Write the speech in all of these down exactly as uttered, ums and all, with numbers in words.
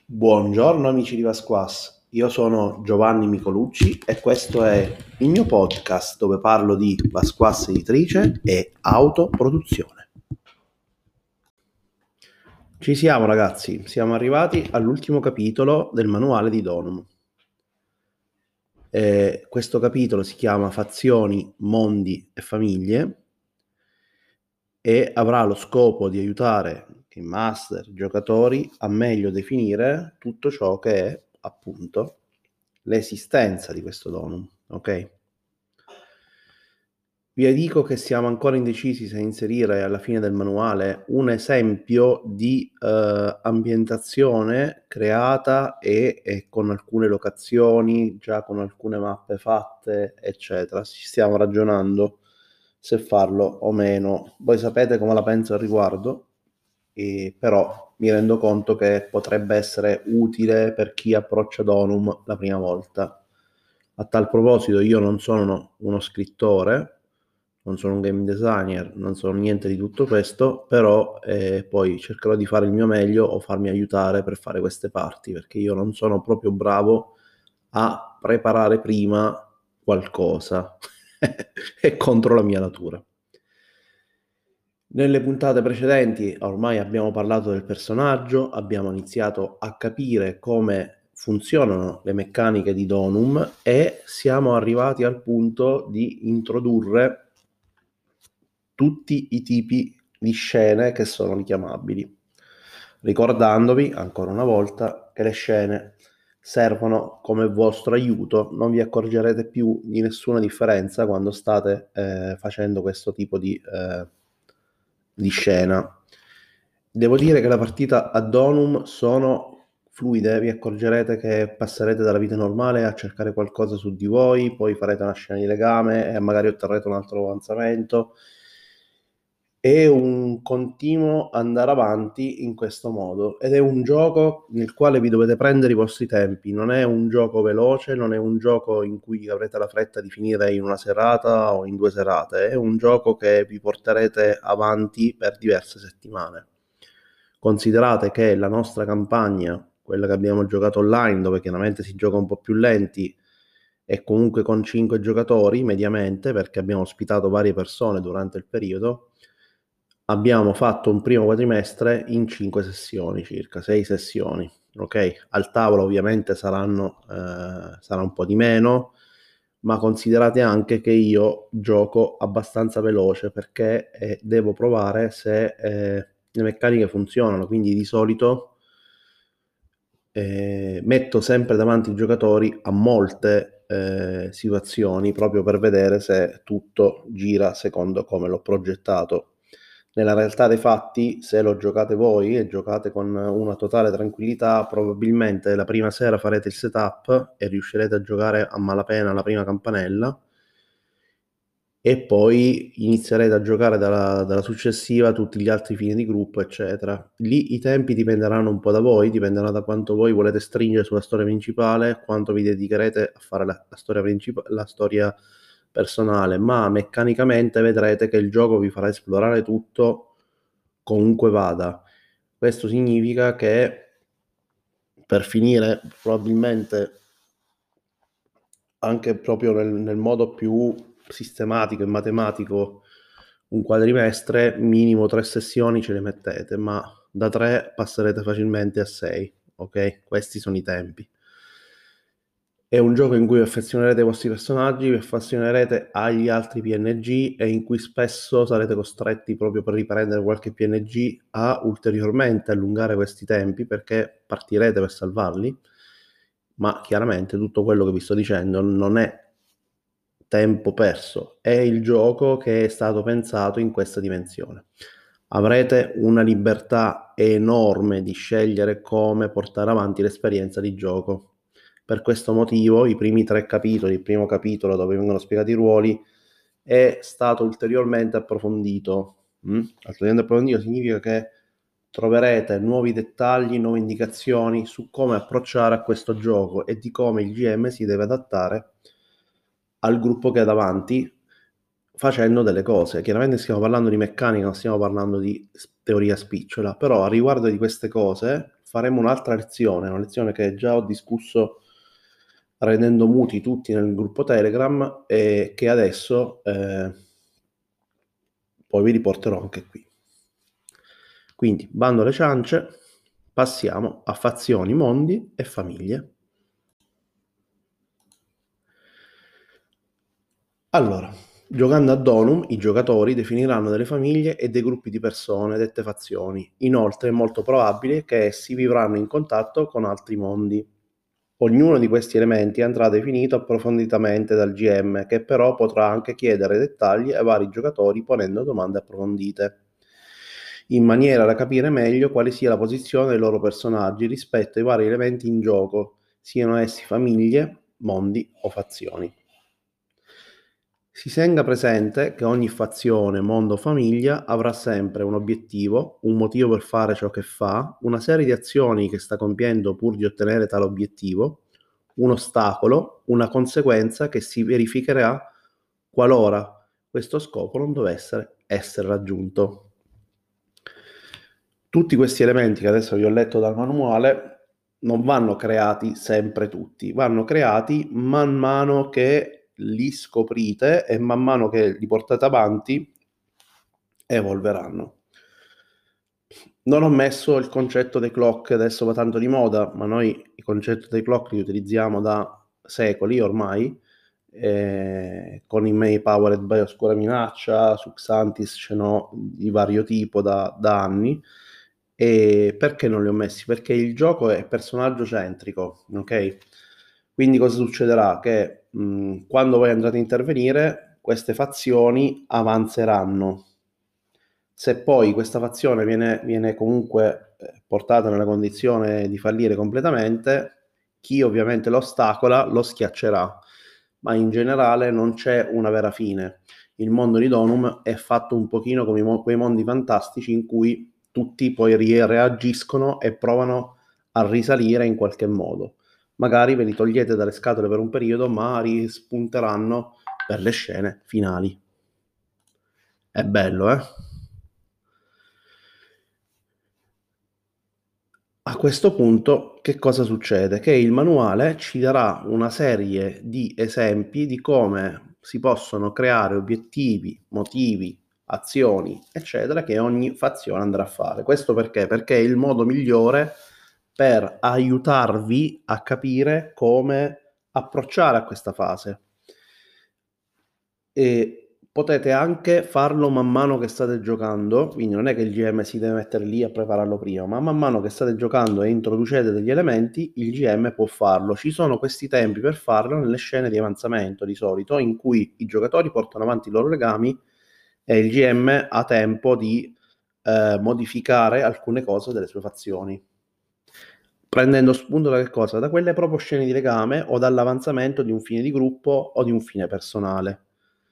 Buongiorno amici di Vasquas, io sono Giovanni Micolucci e questo è il mio podcast dove parlo di Vasquas editrice e autoproduzione. Ci siamo ragazzi, siamo arrivati all'ultimo capitolo del manuale di Donum. Eh, questo capitolo si chiama Fazioni, Mondi e Famiglie e avrà lo scopo di aiutare i master, i giocatori a meglio definire tutto ciò che è appunto l'esistenza di questo donum, ok? Vi dico che siamo ancora indecisi se inserire alla fine del manuale un esempio di eh, ambientazione creata e, e con alcune locazioni, già con alcune mappe fatte, eccetera. Ci stiamo ragionando se farlo o meno. Voi sapete come la penso al riguardo, e però mi rendo conto che potrebbe essere utile per chi approccia Donum la prima volta. A tal proposito, io non sono uno, uno scrittore, non sono un game designer, non sono niente di tutto questo, però eh, poi cercherò di fare il mio meglio o farmi aiutare per fare queste parti, perché io non sono proprio bravo a preparare prima qualcosa. È contro la mia natura. Nelle puntate precedenti ormai abbiamo parlato del personaggio, abbiamo iniziato a capire come funzionano le meccaniche di Donum e siamo arrivati al punto di introdurre tutti i tipi di scene che sono richiamabili, ricordandovi ancora una volta che le scene servono come vostro aiuto, non vi accorgerete più di nessuna differenza quando state eh, facendo questo tipo di, eh, di scena. Devo dire che la partita a Donum sono fluide, vi accorgerete che passerete dalla vita normale a cercare qualcosa su di voi, poi farete una scena di legame e magari otterrete un altro avanzamento. È un continuo andare avanti in questo modo ed è un gioco nel quale vi dovete prendere i vostri tempi, non è un gioco veloce, non è un gioco in cui avrete la fretta di finire in una serata o in due serate, è un gioco che vi porterete avanti per diverse settimane. Considerate che la nostra campagna, quella che abbiamo giocato online, dove chiaramente si gioca un po' più lenti, è comunque con cinque giocatori mediamente, perché abbiamo ospitato varie persone durante il periodo. Abbiamo fatto un primo quadrimestre in cinque sessioni, circa sei sessioni, ok? Al tavolo ovviamente saranno, eh, sarà un po' di meno, ma considerate anche che io gioco abbastanza veloce perché eh, devo provare se eh, le meccaniche funzionano, quindi di solito eh, metto sempre davanti i giocatori a molte eh, situazioni proprio per vedere se tutto gira secondo come l'ho progettato. Nella realtà dei fatti, se lo giocate voi e giocate con una totale tranquillità, probabilmente la prima sera farete il setup e riuscirete a giocare a malapena la prima campanella e poi inizierete a giocare dalla, dalla successiva tutti gli altri fini di gruppo, eccetera. Lì i tempi dipenderanno un po' da voi, dipenderà da quanto voi volete stringere sulla storia principale, quanto vi dedicherete a fare la, la storia principale, la storia personale, ma meccanicamente vedrete che il gioco vi farà esplorare tutto comunque vada. Questo significa che per finire probabilmente anche proprio nel, nel modo più sistematico e matematico un quadrimestre, minimo tre sessioni ce le mettete, ma da tre passerete facilmente a sei, ok? Questi sono i tempi. È un gioco in cui vi affezionerete ai vostri personaggi, vi affezionerete agli altri P N G e in cui spesso sarete costretti proprio per riprendere qualche P N G a ulteriormente allungare questi tempi perché partirete per salvarli, ma chiaramente tutto quello che vi sto dicendo non è tempo perso, è il gioco che è stato pensato in questa dimensione. Avrete una libertà enorme di scegliere come portare avanti l'esperienza di gioco. Per questo motivo i primi tre capitoli, il primo capitolo dove vengono spiegati i ruoli, è stato ulteriormente approfondito. Mm? Ulteriormente approfondito significa che troverete nuovi dettagli, nuove indicazioni su come approcciare a questo gioco e di come il G M si deve adattare al gruppo che ha davanti facendo delle cose. Chiaramente stiamo parlando di meccanica, non stiamo parlando di teoria spicciola, però a riguardo di queste cose faremo un'altra lezione, una lezione che già ho discusso rendendo muti tutti nel gruppo Telegram e che adesso eh, poi vi riporterò anche qui. Quindi, bando alle ciance, passiamo a fazioni, mondi e famiglie. Allora, giocando a Donum, i giocatori definiranno delle famiglie e dei gruppi di persone, dette fazioni. Inoltre è molto probabile che essi vivranno in contatto con altri mondi. Ognuno di questi elementi andrà definito approfonditamente dal G M, che però potrà anche chiedere dettagli ai vari giocatori ponendo domande approfondite, in maniera da capire meglio quale sia la posizione dei loro personaggi rispetto ai vari elementi in gioco, siano essi famiglie, mondi o fazioni. Si tenga presente che ogni fazione, mondo o famiglia avrà sempre un obiettivo, un motivo per fare ciò che fa, una serie di azioni che sta compiendo pur di ottenere tale obiettivo, un ostacolo, una conseguenza che si verificherà qualora questo scopo non dovesse essere raggiunto. Tutti questi elementi che adesso vi ho letto dal manuale non vanno creati sempre tutti, vanno creati man mano che li scoprite e man mano che li portate avanti evolveranno. Non ho messo il concetto dei clock, adesso va tanto di moda, ma noi il concetto dei clock li utilizziamo da secoli ormai, eh, con i May Powered by Oscura Minaccia, su Xantis ce n'ho di vario tipo da, da anni. E perché non li ho messi? Perché il gioco è personaggio centrico, ok? Quindi cosa succederà? Che mh, quando voi andrete a intervenire, queste fazioni avanzeranno. Se poi questa fazione viene, viene comunque eh, portata nella condizione di fallire completamente, chi ovviamente lo ostacola lo schiaccerà, ma in generale non c'è una vera fine. Il mondo di Donum è fatto un pochino come mo- quei mondi fantastici in cui tutti poi ri- reagiscono e provano a risalire in qualche modo. Magari ve li togliete dalle scatole per un periodo, ma rispunteranno per le scene finali. È bello, eh? A questo punto, che cosa succede? Che il manuale ci darà una serie di esempi di come si possono creare obiettivi, motivi, azioni, eccetera, che ogni fazione andrà a fare. Questo perché? Perché è il modo migliore per aiutarvi a capire come approcciare a questa fase. E potete anche farlo man mano che state giocando, quindi non è che il G M si deve mettere lì a prepararlo prima, ma man mano che state giocando e introducete degli elementi, il G M può farlo. Ci sono questi tempi per farlo nelle scene di avanzamento di solito, in cui i giocatori portano avanti i loro legami e il G M ha tempo di eh, modificare alcune cose delle sue fazioni, prendendo spunto da che cosa? Da quelle proprio scene di legame o dall'avanzamento di un fine di gruppo o di un fine personale.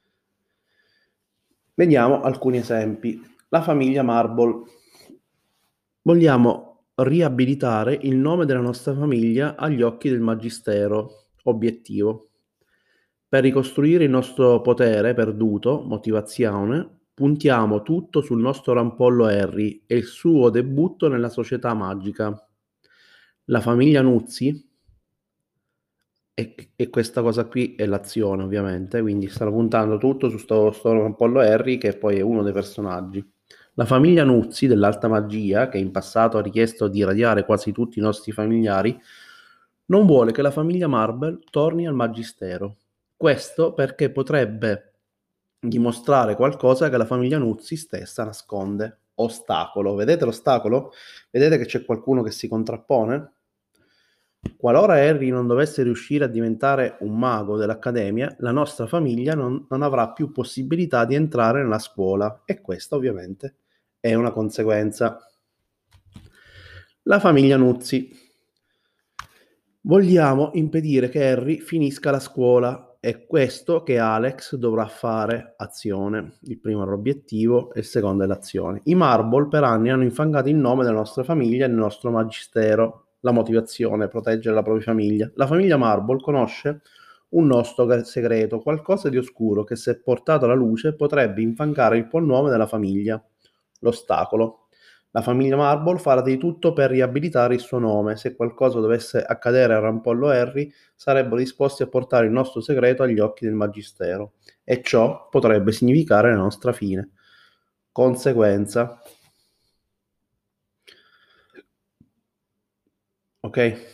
Vediamo alcuni esempi. La famiglia Marble. Vogliamo riabilitare il nome della nostra famiglia agli occhi del Magistero. Obiettivo. Per ricostruire il nostro potere perduto, motivazione, puntiamo tutto sul nostro rampollo Harry e il suo debutto nella società magica. La famiglia Nuzzi, e, e questa cosa qui è l'azione ovviamente, quindi stanno puntando tutto su sto, sto rampollo Harry che poi è uno dei personaggi. La famiglia Nuzzi dell'alta magia, che in passato ha richiesto di irradiare quasi tutti i nostri familiari, non vuole che la famiglia Marble torni al Magistero. Questo perché potrebbe dimostrare qualcosa che la famiglia Nuzzi stessa nasconde. Ostacolo. Vedete l'ostacolo? Vedete che c'è qualcuno che si contrappone? Qualora Harry non dovesse riuscire a diventare un mago dell'Accademia, la nostra famiglia non, non avrà più possibilità di entrare nella scuola e questa ovviamente è una conseguenza. La famiglia Nuzzi. Vogliamo impedire che Harry finisca la scuola. È questo che Alex dovrà fare. Azione. Il primo è l'obiettivo e il secondo è l'azione. I Marble per anni hanno infangato il nome della nostra famiglia e del nostro magistero. La motivazione, proteggere la propria famiglia. La famiglia Marble conosce un nostro segreto, qualcosa di oscuro che se portato alla luce potrebbe infangare il buon nome della famiglia. L'ostacolo. La famiglia Marble farà di tutto per riabilitare il suo nome. Se qualcosa dovesse accadere a Rampollo Harry, sarebbero disposti a portare il nostro segreto agli occhi del Magistero. E ciò potrebbe significare la nostra fine. Conseguenza. Ok?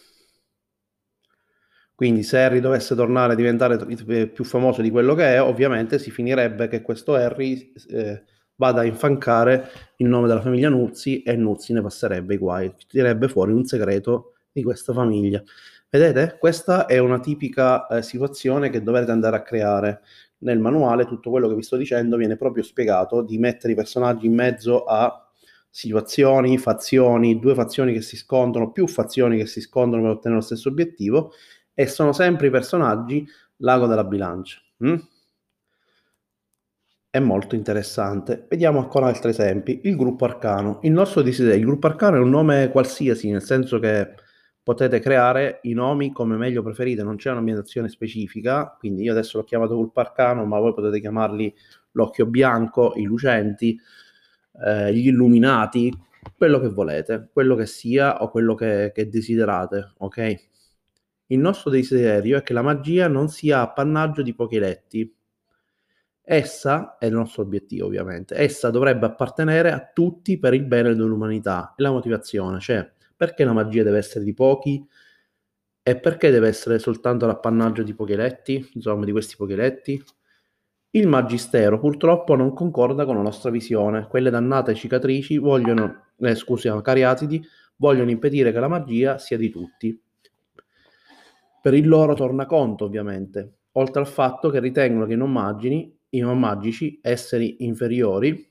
Quindi se Harry dovesse tornare a diventare t- più famoso di quello che è, ovviamente si finirebbe che questo Harry eh, vada a infancare il nome della famiglia Nuzzi e Nuzzi ne passerebbe i guai, tirerebbe fuori un segreto di questa famiglia. Vedete? Questa è una tipica eh, situazione che dovrete andare a creare. Nel manuale tutto quello che vi sto dicendo viene proprio spiegato di mettere i personaggi in mezzo a situazioni, fazioni, due fazioni che si scontrano, più fazioni che si scontrano per ottenere lo stesso obiettivo e sono sempre i personaggi l'ago della bilancia. Mm? È molto interessante. Vediamo ancora altri esempi. Il gruppo arcano. Il nostro desiderio, il gruppo arcano è un nome qualsiasi, nel senso che potete creare i nomi come meglio preferite, non c'è un'ambientazione specifica, quindi io adesso l'ho chiamato gruppo arcano, ma voi potete chiamarli l'occhio bianco, i lucenti, eh, gli illuminati, quello che volete, quello che sia o quello che, che desiderate, ok? Il nostro desiderio è che la magia non sia appannaggio di pochi eletti. Essa, è il nostro obiettivo ovviamente, essa dovrebbe appartenere a tutti per il bene dell'umanità. E la motivazione, cioè, perché la magia deve essere di pochi e perché deve essere soltanto l'appannaggio di pochi eletti, insomma, di questi pochi eletti? Il magistero purtroppo non concorda con la nostra visione. Quelle dannate cicatrici vogliono, eh, scusiamo, cariatidi, vogliono impedire che la magia sia di tutti. Per il loro tornaconto, ovviamente, oltre al fatto che ritengono che i non magici, i non magici esseri inferiori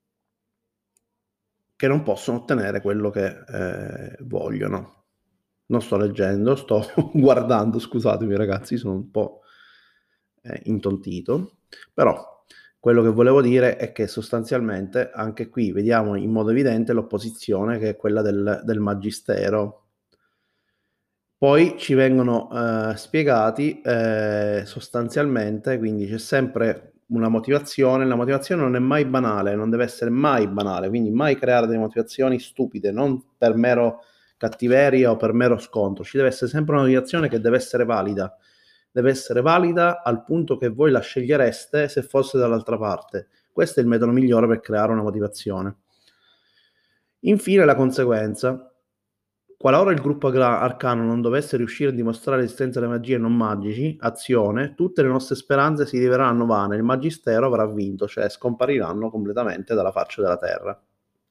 che non possono ottenere quello che eh, vogliono. Non sto leggendo, sto guardando, scusatemi ragazzi, sono un po' eh, intontito, però quello che volevo dire è che sostanzialmente anche qui vediamo in modo evidente l'opposizione che è quella del, del magistero. Poi ci vengono eh, spiegati eh, sostanzialmente, quindi c'è sempre una motivazione, la motivazione non è mai banale, non deve essere mai banale, quindi mai creare delle motivazioni stupide, non per mero cattiveria o per mero scontro, ci deve essere sempre una motivazione che deve essere valida, deve essere valida al punto che voi la scegliereste se fosse dall'altra parte. Questo è il metodo migliore per creare una motivazione. Infine la conseguenza. Qualora il gruppo agra- arcano non dovesse riuscire a dimostrare l'esistenza delle magie non magici, azione, tutte le nostre speranze si riveleranno vane, il magistero avrà vinto, cioè scompariranno completamente dalla faccia della terra.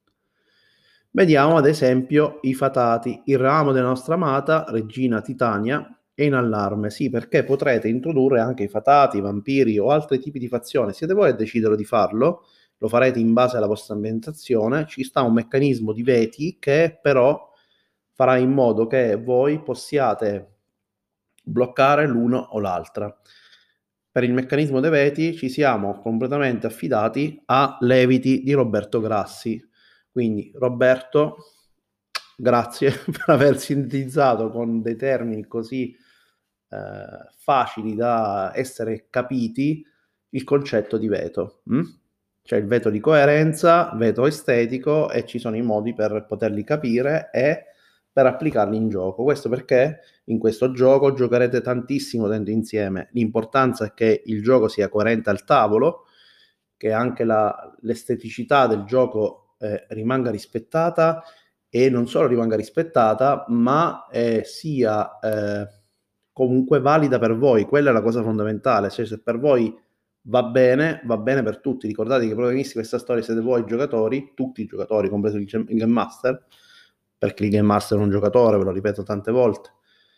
Vediamo ad esempio i fatati. Il ramo della nostra amata regina Titania è in allarme, sì, perché potrete introdurre anche i fatati, i vampiri o altri tipi di fazione. Siete voi a decidere di farlo, lo farete in base alla vostra ambientazione. Ci sta un meccanismo di veti che però farà in modo che voi possiate bloccare l'uno o l'altra. Per il meccanismo dei veti ci siamo completamente affidati a Leviti di Roberto Grassi. Quindi Roberto, grazie per aver sintetizzato con dei termini così eh, facili da essere capiti il concetto di veto. Hm? C'è il veto di coerenza, veto estetico e ci sono i modi per poterli capire e per applicarli in gioco. Questo perché in questo gioco giocherete tantissimo dentro insieme. L'importanza è che il gioco sia coerente al tavolo, che anche la, l'esteticità del gioco eh, rimanga rispettata e non solo rimanga rispettata, ma eh, sia eh, comunque valida per voi. Quella è la cosa fondamentale. Cioè, se per voi va bene, va bene per tutti. Ricordate che i protagonisti di questa storia siete voi giocatori, tutti i giocatori, compreso il Game Master, perché il Game Master è un giocatore, ve lo ripeto tante volte,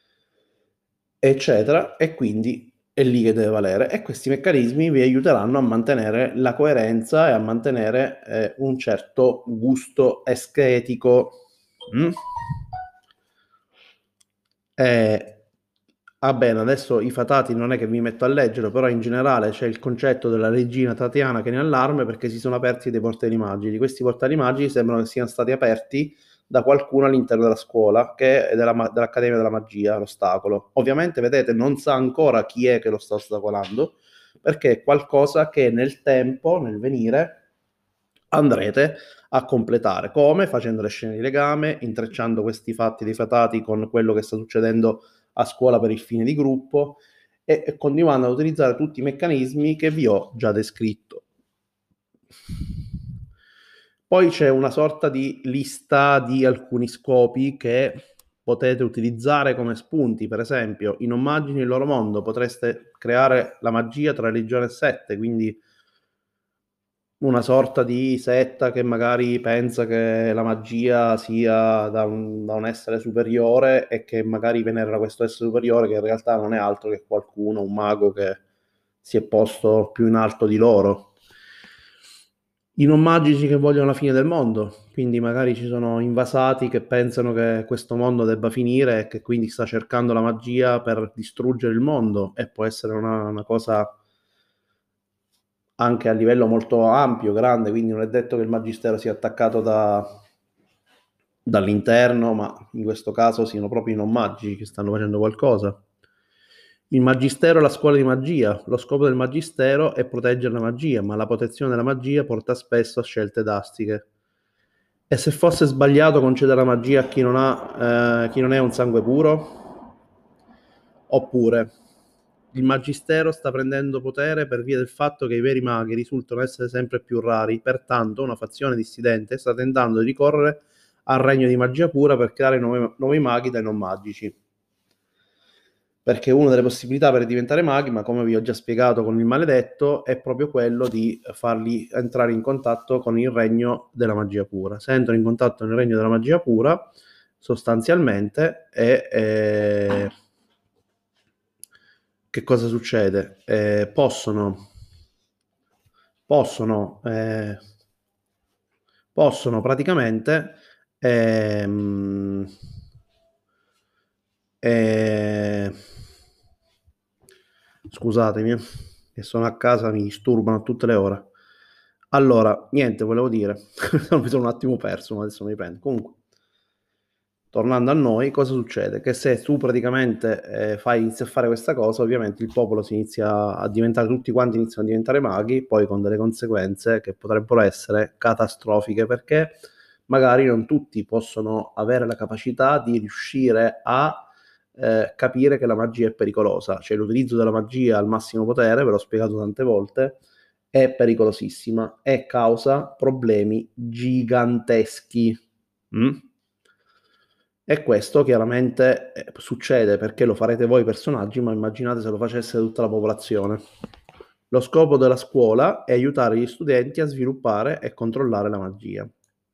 eccetera, e quindi è lì che deve valere. E questi meccanismi vi aiuteranno a mantenere la coerenza e a mantenere eh, un certo gusto estetico. Mm? Eh, ah bene, adesso i fatati non è che vi metto a leggere, però in generale c'è il concetto della regina Tatiana che è in allarme perché si sono aperti dei portali magici. Questi portali magici sembrano che siano stati aperti da qualcuno all'interno della scuola, che è della, dell'Accademia della Magia, l'ostacolo. Ovviamente, vedete, non sa ancora chi è che lo sta ostacolando, perché è qualcosa che nel tempo, nel venire, andrete a completare. Come? Facendo le scene di legame, intrecciando questi fatti dei fatati con quello che sta succedendo a scuola per il fine di gruppo e, e continuando ad utilizzare tutti i meccanismi che vi ho già descritto. Poi c'è una sorta di lista di alcuni scopi che potete utilizzare come spunti. Per esempio, in Immagini il loro mondo potreste creare la magia tra religione e sette, quindi una sorta di setta che magari pensa che la magia sia da un, da un essere superiore e che magari venera questo essere superiore che in realtà non è altro che qualcuno, un mago che si è posto più in alto di loro. I non magici che vogliono la fine del mondo, quindi magari ci sono invasati che pensano che questo mondo debba finire e che quindi sta cercando la magia per distruggere il mondo, e può essere una, una cosa anche a livello molto ampio, grande, quindi non è detto che il magistero sia attaccato da, dall'interno, ma in questo caso siano proprio i non magici che stanno facendo qualcosa. Il magistero è la scuola di magia. Lo scopo del magistero è proteggere la magia, ma la protezione della magia porta spesso a scelte drastiche. E se fosse sbagliato concedere la magia a chi non ha, eh, chi non è un sangue puro? Oppure il magistero sta prendendo potere per via del fatto che i veri maghi risultano essere sempre più rari, pertanto una fazione dissidente sta tentando di ricorrere al regno di magia pura per creare nuovi, nuovi maghi dai non magici. Perché una delle possibilità per diventare maghi, ma come vi ho già spiegato con il maledetto, è proprio quello di farli entrare in contatto con il regno della magia pura. Se entrano in contatto nel regno della magia pura, sostanzialmente, è, è... che cosa succede? Eh, possono possono eh, possono praticamente ehm, eh, scusatemi, che sono a casa, mi disturbano a tutte le ore. Allora, niente, volevo dire, mi sono un attimo perso, ma adesso mi riprendo. Comunque, tornando a noi, cosa succede? Che se tu praticamente eh, fai, inizi a fare questa cosa, ovviamente il popolo si inizia a diventare, tutti quanti iniziano a diventare maghi, poi con delle conseguenze che potrebbero essere catastrofiche, perché magari non tutti possono avere la capacità di riuscire a eh, capire che la magia è pericolosa. Cioè l'utilizzo della magia al massimo potere, ve l'ho spiegato tante volte, è pericolosissima e causa problemi giganteschi. Mm? E questo chiaramente eh, succede perché lo farete voi personaggi, ma immaginate se lo facesse tutta la popolazione. Lo scopo della scuola è aiutare gli studenti a sviluppare e controllare la magia.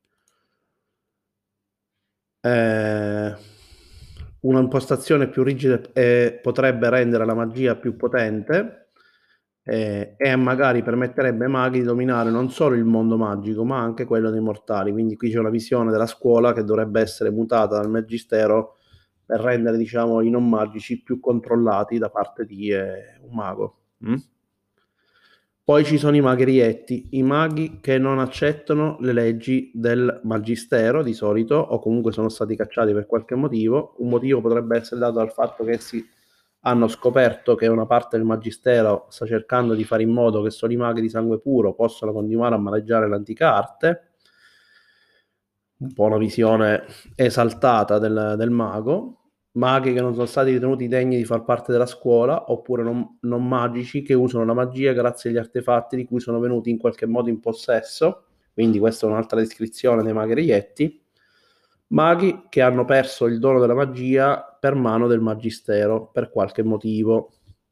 Eh, una impostazione più rigida eh, potrebbe rendere la magia più potente eh, e magari permetterebbe ai maghi di dominare non solo il mondo magico, ma anche quello dei mortali. Quindi qui c'è una visione della scuola che dovrebbe essere mutata dal magistero per rendere, diciamo, i non magici più controllati da parte di eh, un mago. Mm? Poi ci sono i magherietti, i maghi che non accettano le leggi del magistero di solito, o comunque sono stati cacciati per qualche motivo. Un motivo potrebbe essere dato dal fatto che essi hanno scoperto che una parte del magistero sta cercando di fare in modo che solo i maghi di sangue puro possano continuare a maneggiare l'antica arte. Un po' una visione esaltata del, del mago. Maghi che non sono stati ritenuti degni di far parte della scuola, oppure non, non magici che usano la magia grazie agli artefatti di cui sono venuti in qualche modo in possesso. Quindi questa è un'altra descrizione dei magherietti. Maghi che hanno perso il dono della magia per mano del magistero per qualche motivo.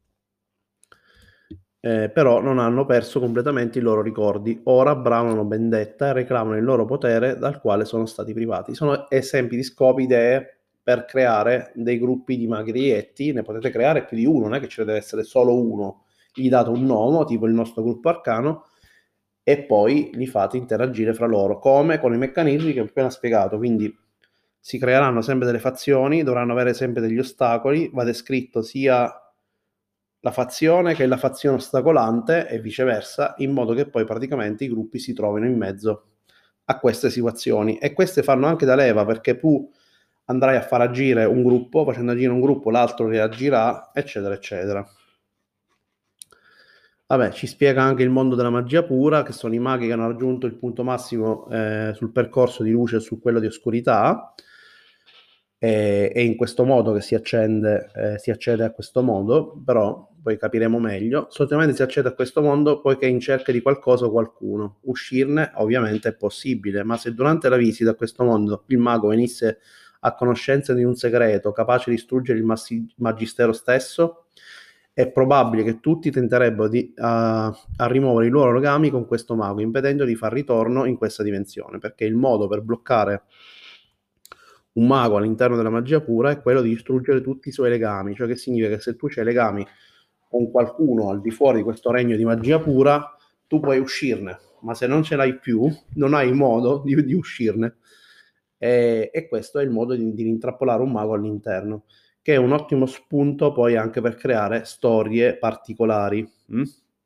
Eh, però non hanno perso completamente i loro ricordi. Ora bramano vendetta e reclamano il loro potere dal quale sono stati privati. Sono esempi di scopi, idee per creare dei gruppi di magrietti. Ne potete creare più di uno, non è che ce ne deve essere solo uno. Gli date un nome, tipo il nostro gruppo arcano, e poi li fate interagire fra loro, come con i meccanismi che ho appena spiegato. Quindi si creeranno sempre delle fazioni, dovranno avere sempre degli ostacoli, va descritto sia la fazione che è la fazione ostacolante e viceversa, in modo che poi praticamente i gruppi si trovino in mezzo a queste situazioni. E queste fanno anche da leva, perché tu andrai a far agire un gruppo, facendo agire un gruppo l'altro reagirà, eccetera, eccetera. Vabbè, ci spiega anche il mondo della magia pura, che sono i maghi che hanno raggiunto il punto massimo eh, sul percorso di luce e su quello di oscurità. E, e in questo modo che si accende, eh, si accede a questo mondo, però poi capiremo meglio. Solitamente si accede a questo mondo poiché è in cerca di qualcosa o qualcuno. Uscirne ovviamente è possibile, ma se durante la visita a questo mondo il mago venisse a conoscenza di un segreto capace di distruggere il massi- magistero stesso, è probabile che tutti tenterebbero di, a, a rimuovere i loro legami con questo mago, impedendo di far ritorno in questa dimensione, perché il modo per bloccare un mago all'interno della magia pura è quello di distruggere tutti i suoi legami, cioè che significa che se tu hai legami con qualcuno al di fuori di questo regno di magia pura, tu puoi uscirne, ma se non ce l'hai più, non hai modo di, di uscirne. E, e questo è il modo di, di intrappolare un mago all'interno, che è un ottimo spunto poi anche per creare storie particolari. Mm?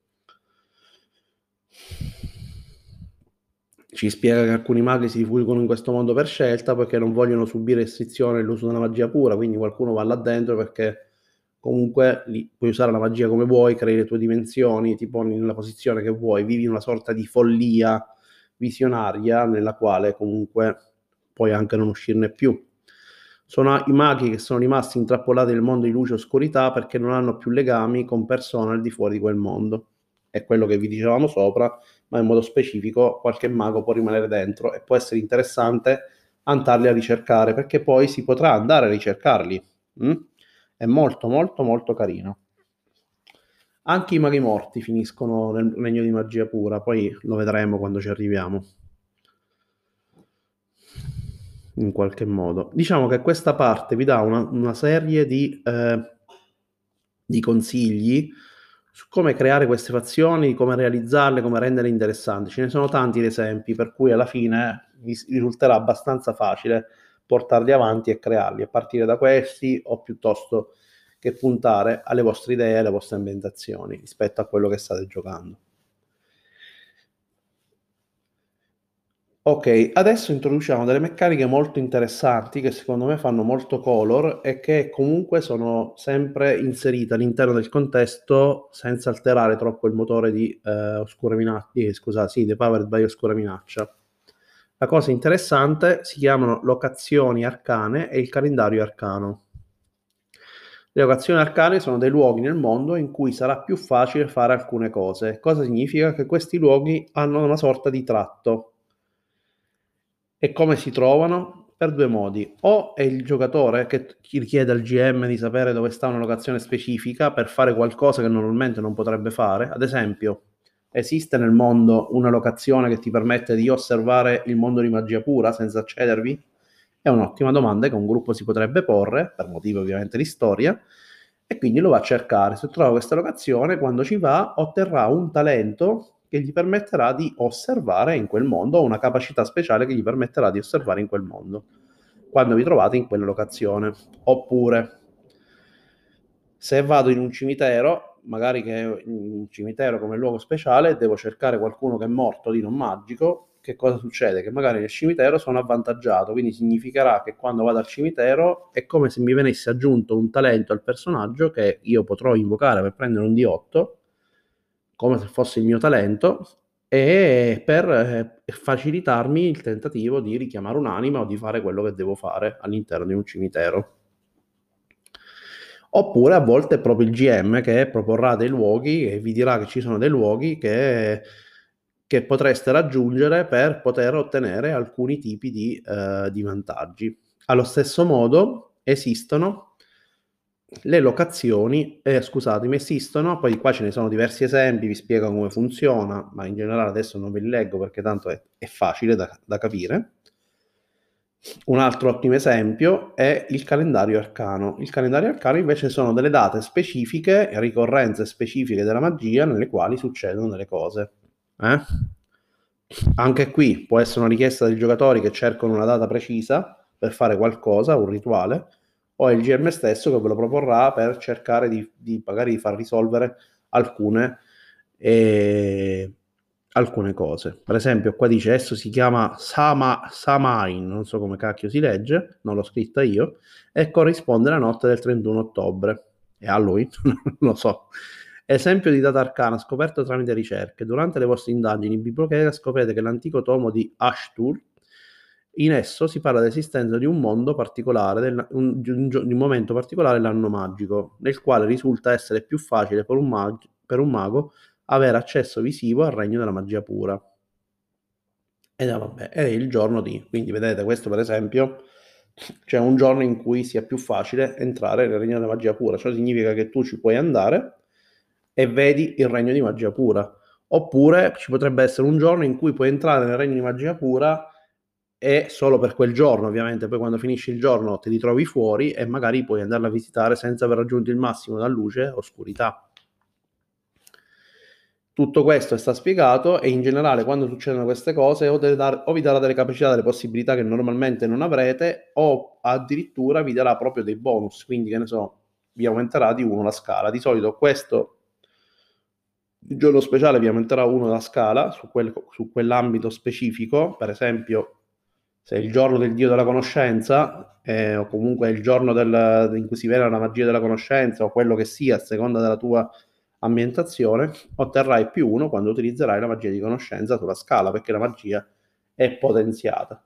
Ci spiega che alcuni maghi si rifuggono in questo mondo per scelta perché non vogliono subire restrizioni nell'uso della magia pura, quindi qualcuno va là dentro perché comunque lì puoi usare la magia come vuoi, crei le tue dimensioni, ti poni nella posizione che vuoi, vivi una sorta di follia visionaria nella quale comunque puoi anche non uscirne più. Sono i maghi che sono rimasti intrappolati nel mondo di luce e oscurità perché non hanno più legami con persone al di fuori di quel mondo. È quello che vi dicevamo sopra, ma in modo specifico qualche mago può rimanere dentro e può essere interessante andarli a ricercare perché poi si potrà andare a ricercarli. Mm? È molto molto molto carino. Anche i maghi morti finiscono nel regno di magia pura, poi lo vedremo quando ci arriviamo. In qualche modo. Diciamo che questa parte vi dà una, una serie di, eh, di consigli su come creare queste fazioni, come realizzarle, come renderle interessanti. Ce ne sono tanti esempi, per cui alla fine vi risulterà abbastanza facile portarli avanti e crearli, a partire da questi o piuttosto che puntare alle vostre idee, alle vostre ambientazioni rispetto a quello che state giocando. Ok, adesso introduciamo delle meccaniche molto interessanti che secondo me fanno molto color e che comunque sono sempre inserite all'interno del contesto senza alterare troppo il motore di eh, Oscura Minaccia, eh, scusa, sì, The Powered by Oscura Minaccia. La cosa interessante si chiamano locazioni arcane e il calendario arcano. Le locazioni arcane sono dei luoghi nel mondo in cui sarà più facile fare alcune cose. Cosa significa? Che questi luoghi hanno una sorta di tratto. E come si trovano? Per due modi. O è il giocatore che richiede al G M di sapere dove sta una locazione specifica per fare qualcosa che normalmente non potrebbe fare. Ad esempio, esiste nel mondo una locazione che ti permette di osservare il mondo di magia pura senza accedervi? È un'ottima domanda che un gruppo si potrebbe porre, per motivi ovviamente di storia, e quindi lo va a cercare. Se trova questa locazione, quando ci va, otterrà un talento che gli permetterà di osservare in quel mondo, o una capacità speciale che gli permetterà di osservare in quel mondo, quando vi trovate in quella locazione. Oppure, se vado in un cimitero, magari che è un cimitero come luogo speciale, devo cercare qualcuno che è morto lì non magico, che cosa succede? Che magari nel cimitero sono avvantaggiato, quindi significherà che quando vado al cimitero è come se mi venisse aggiunto un talento al personaggio che io potrò invocare per prendere un D otto, come se fosse il mio talento, e per eh, facilitarmi il tentativo di richiamare un'anima o di fare quello che devo fare all'interno di un cimitero. Oppure a volte è proprio il G M che proporrà dei luoghi e vi dirà che ci sono dei luoghi che, che potreste raggiungere per poter ottenere alcuni tipi di, eh, di vantaggi. Allo stesso modo esistono le locazioni, eh, scusatemi, esistono, poi qua ce ne sono diversi esempi, vi spiego come funziona, ma in generale adesso non ve li leggo perché tanto è, è facile da, da capire. Un altro ottimo esempio è il calendario arcano. Il calendario arcano invece sono delle date specifiche, ricorrenze specifiche della magia nelle quali succedono delle cose. Eh? Anche qui può essere una richiesta dei giocatori che cercano una data precisa per fare qualcosa, un rituale, o è il G M stesso che ve lo proporrà per cercare di, di magari di far risolvere alcune, eh, alcune cose. Per esempio, qua dice esso si chiama Sama, Samain, non so come cacchio si legge, non l'ho scritta io, e corrisponde alla notte del trentuno ottobre. E a lui, non lo so. Esempio di data arcana scoperto tramite ricerche. Durante le vostre indagini in biblioteca scoprite che l'antico tomo di Ashtur, in esso si parla dell'esistenza di un mondo particolare, del, un, di, un, di un momento particolare dell'anno magico, nel quale risulta essere più facile per un, mag, per un mago avere accesso visivo al regno della magia pura. E eh, vabbè, è il giorno di, quindi vedete questo per esempio, c'è un giorno in cui sia più facile entrare nel regno della magia pura, ciò significa che tu ci puoi andare e vedi il regno di magia pura. Oppure ci potrebbe essere un giorno in cui puoi entrare nel regno di magia pura e solo per quel giorno, ovviamente, poi quando finisci il giorno ti ritrovi fuori e magari puoi andarla a visitare senza aver raggiunto il massimo da luce e oscurità. Tutto questo sta spiegato e in generale quando succedono queste cose o, dar, o vi darà delle capacità, delle possibilità che normalmente non avrete o addirittura vi darà proprio dei bonus, quindi che ne so, vi aumenterà di uno la scala. Di solito questo il giorno speciale vi aumenterà uno la scala su, quel, su quell'ambito specifico, per esempio se è il giorno del dio della conoscenza eh, o comunque è il giorno del, in cui si vede la magia della conoscenza o quello che sia a seconda della tua ambientazione, otterrai più uno quando utilizzerai la magia di conoscenza sulla scala, perché la magia è potenziata.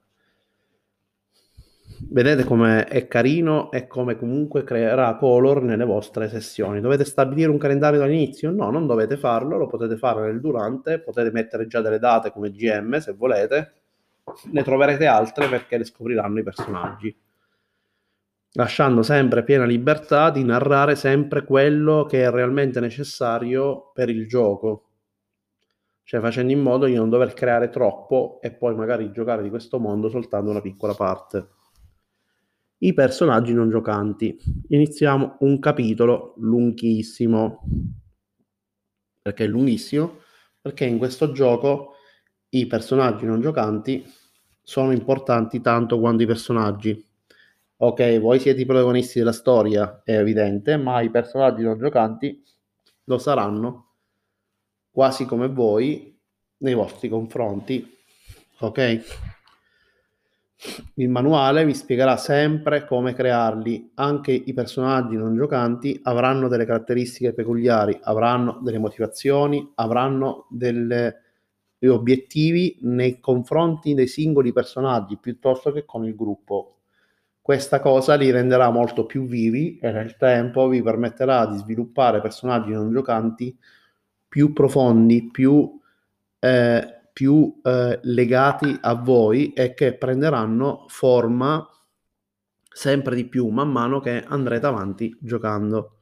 Vedete come è carino e come comunque creerà color nelle vostre sessioni. Dovete stabilire un calendario dall'inizio? No, non dovete farlo, lo potete fare nel durante, potete mettere già delle date come G M se volete, ne troverete altre perché le scopriranno i personaggi, lasciando sempre piena libertà di narrare sempre quello che è realmente necessario per il gioco, cioè facendo in modo di non dover creare troppo e poi magari giocare di questo mondo soltanto una piccola parte. I personaggi non giocanti. Iniziamo un capitolo lunghissimo. Perché è lunghissimo? Perché in questo gioco i personaggi non giocanti sono importanti tanto quanto i personaggi. Ok, voi siete i protagonisti della storia, è evidente, ma i personaggi non giocanti lo saranno quasi come voi nei vostri confronti. Ok? Il manuale vi spiegherà sempre come crearli. Anche i personaggi non giocanti avranno delle caratteristiche peculiari, avranno delle motivazioni, avranno degli obiettivi nei confronti dei singoli personaggi piuttosto che con il gruppo. Questa cosa li renderà molto più vivi e nel tempo vi permetterà di sviluppare personaggi non giocanti più profondi, più eh, più eh, legati a voi e che prenderanno forma sempre di più man mano che andrete avanti giocando.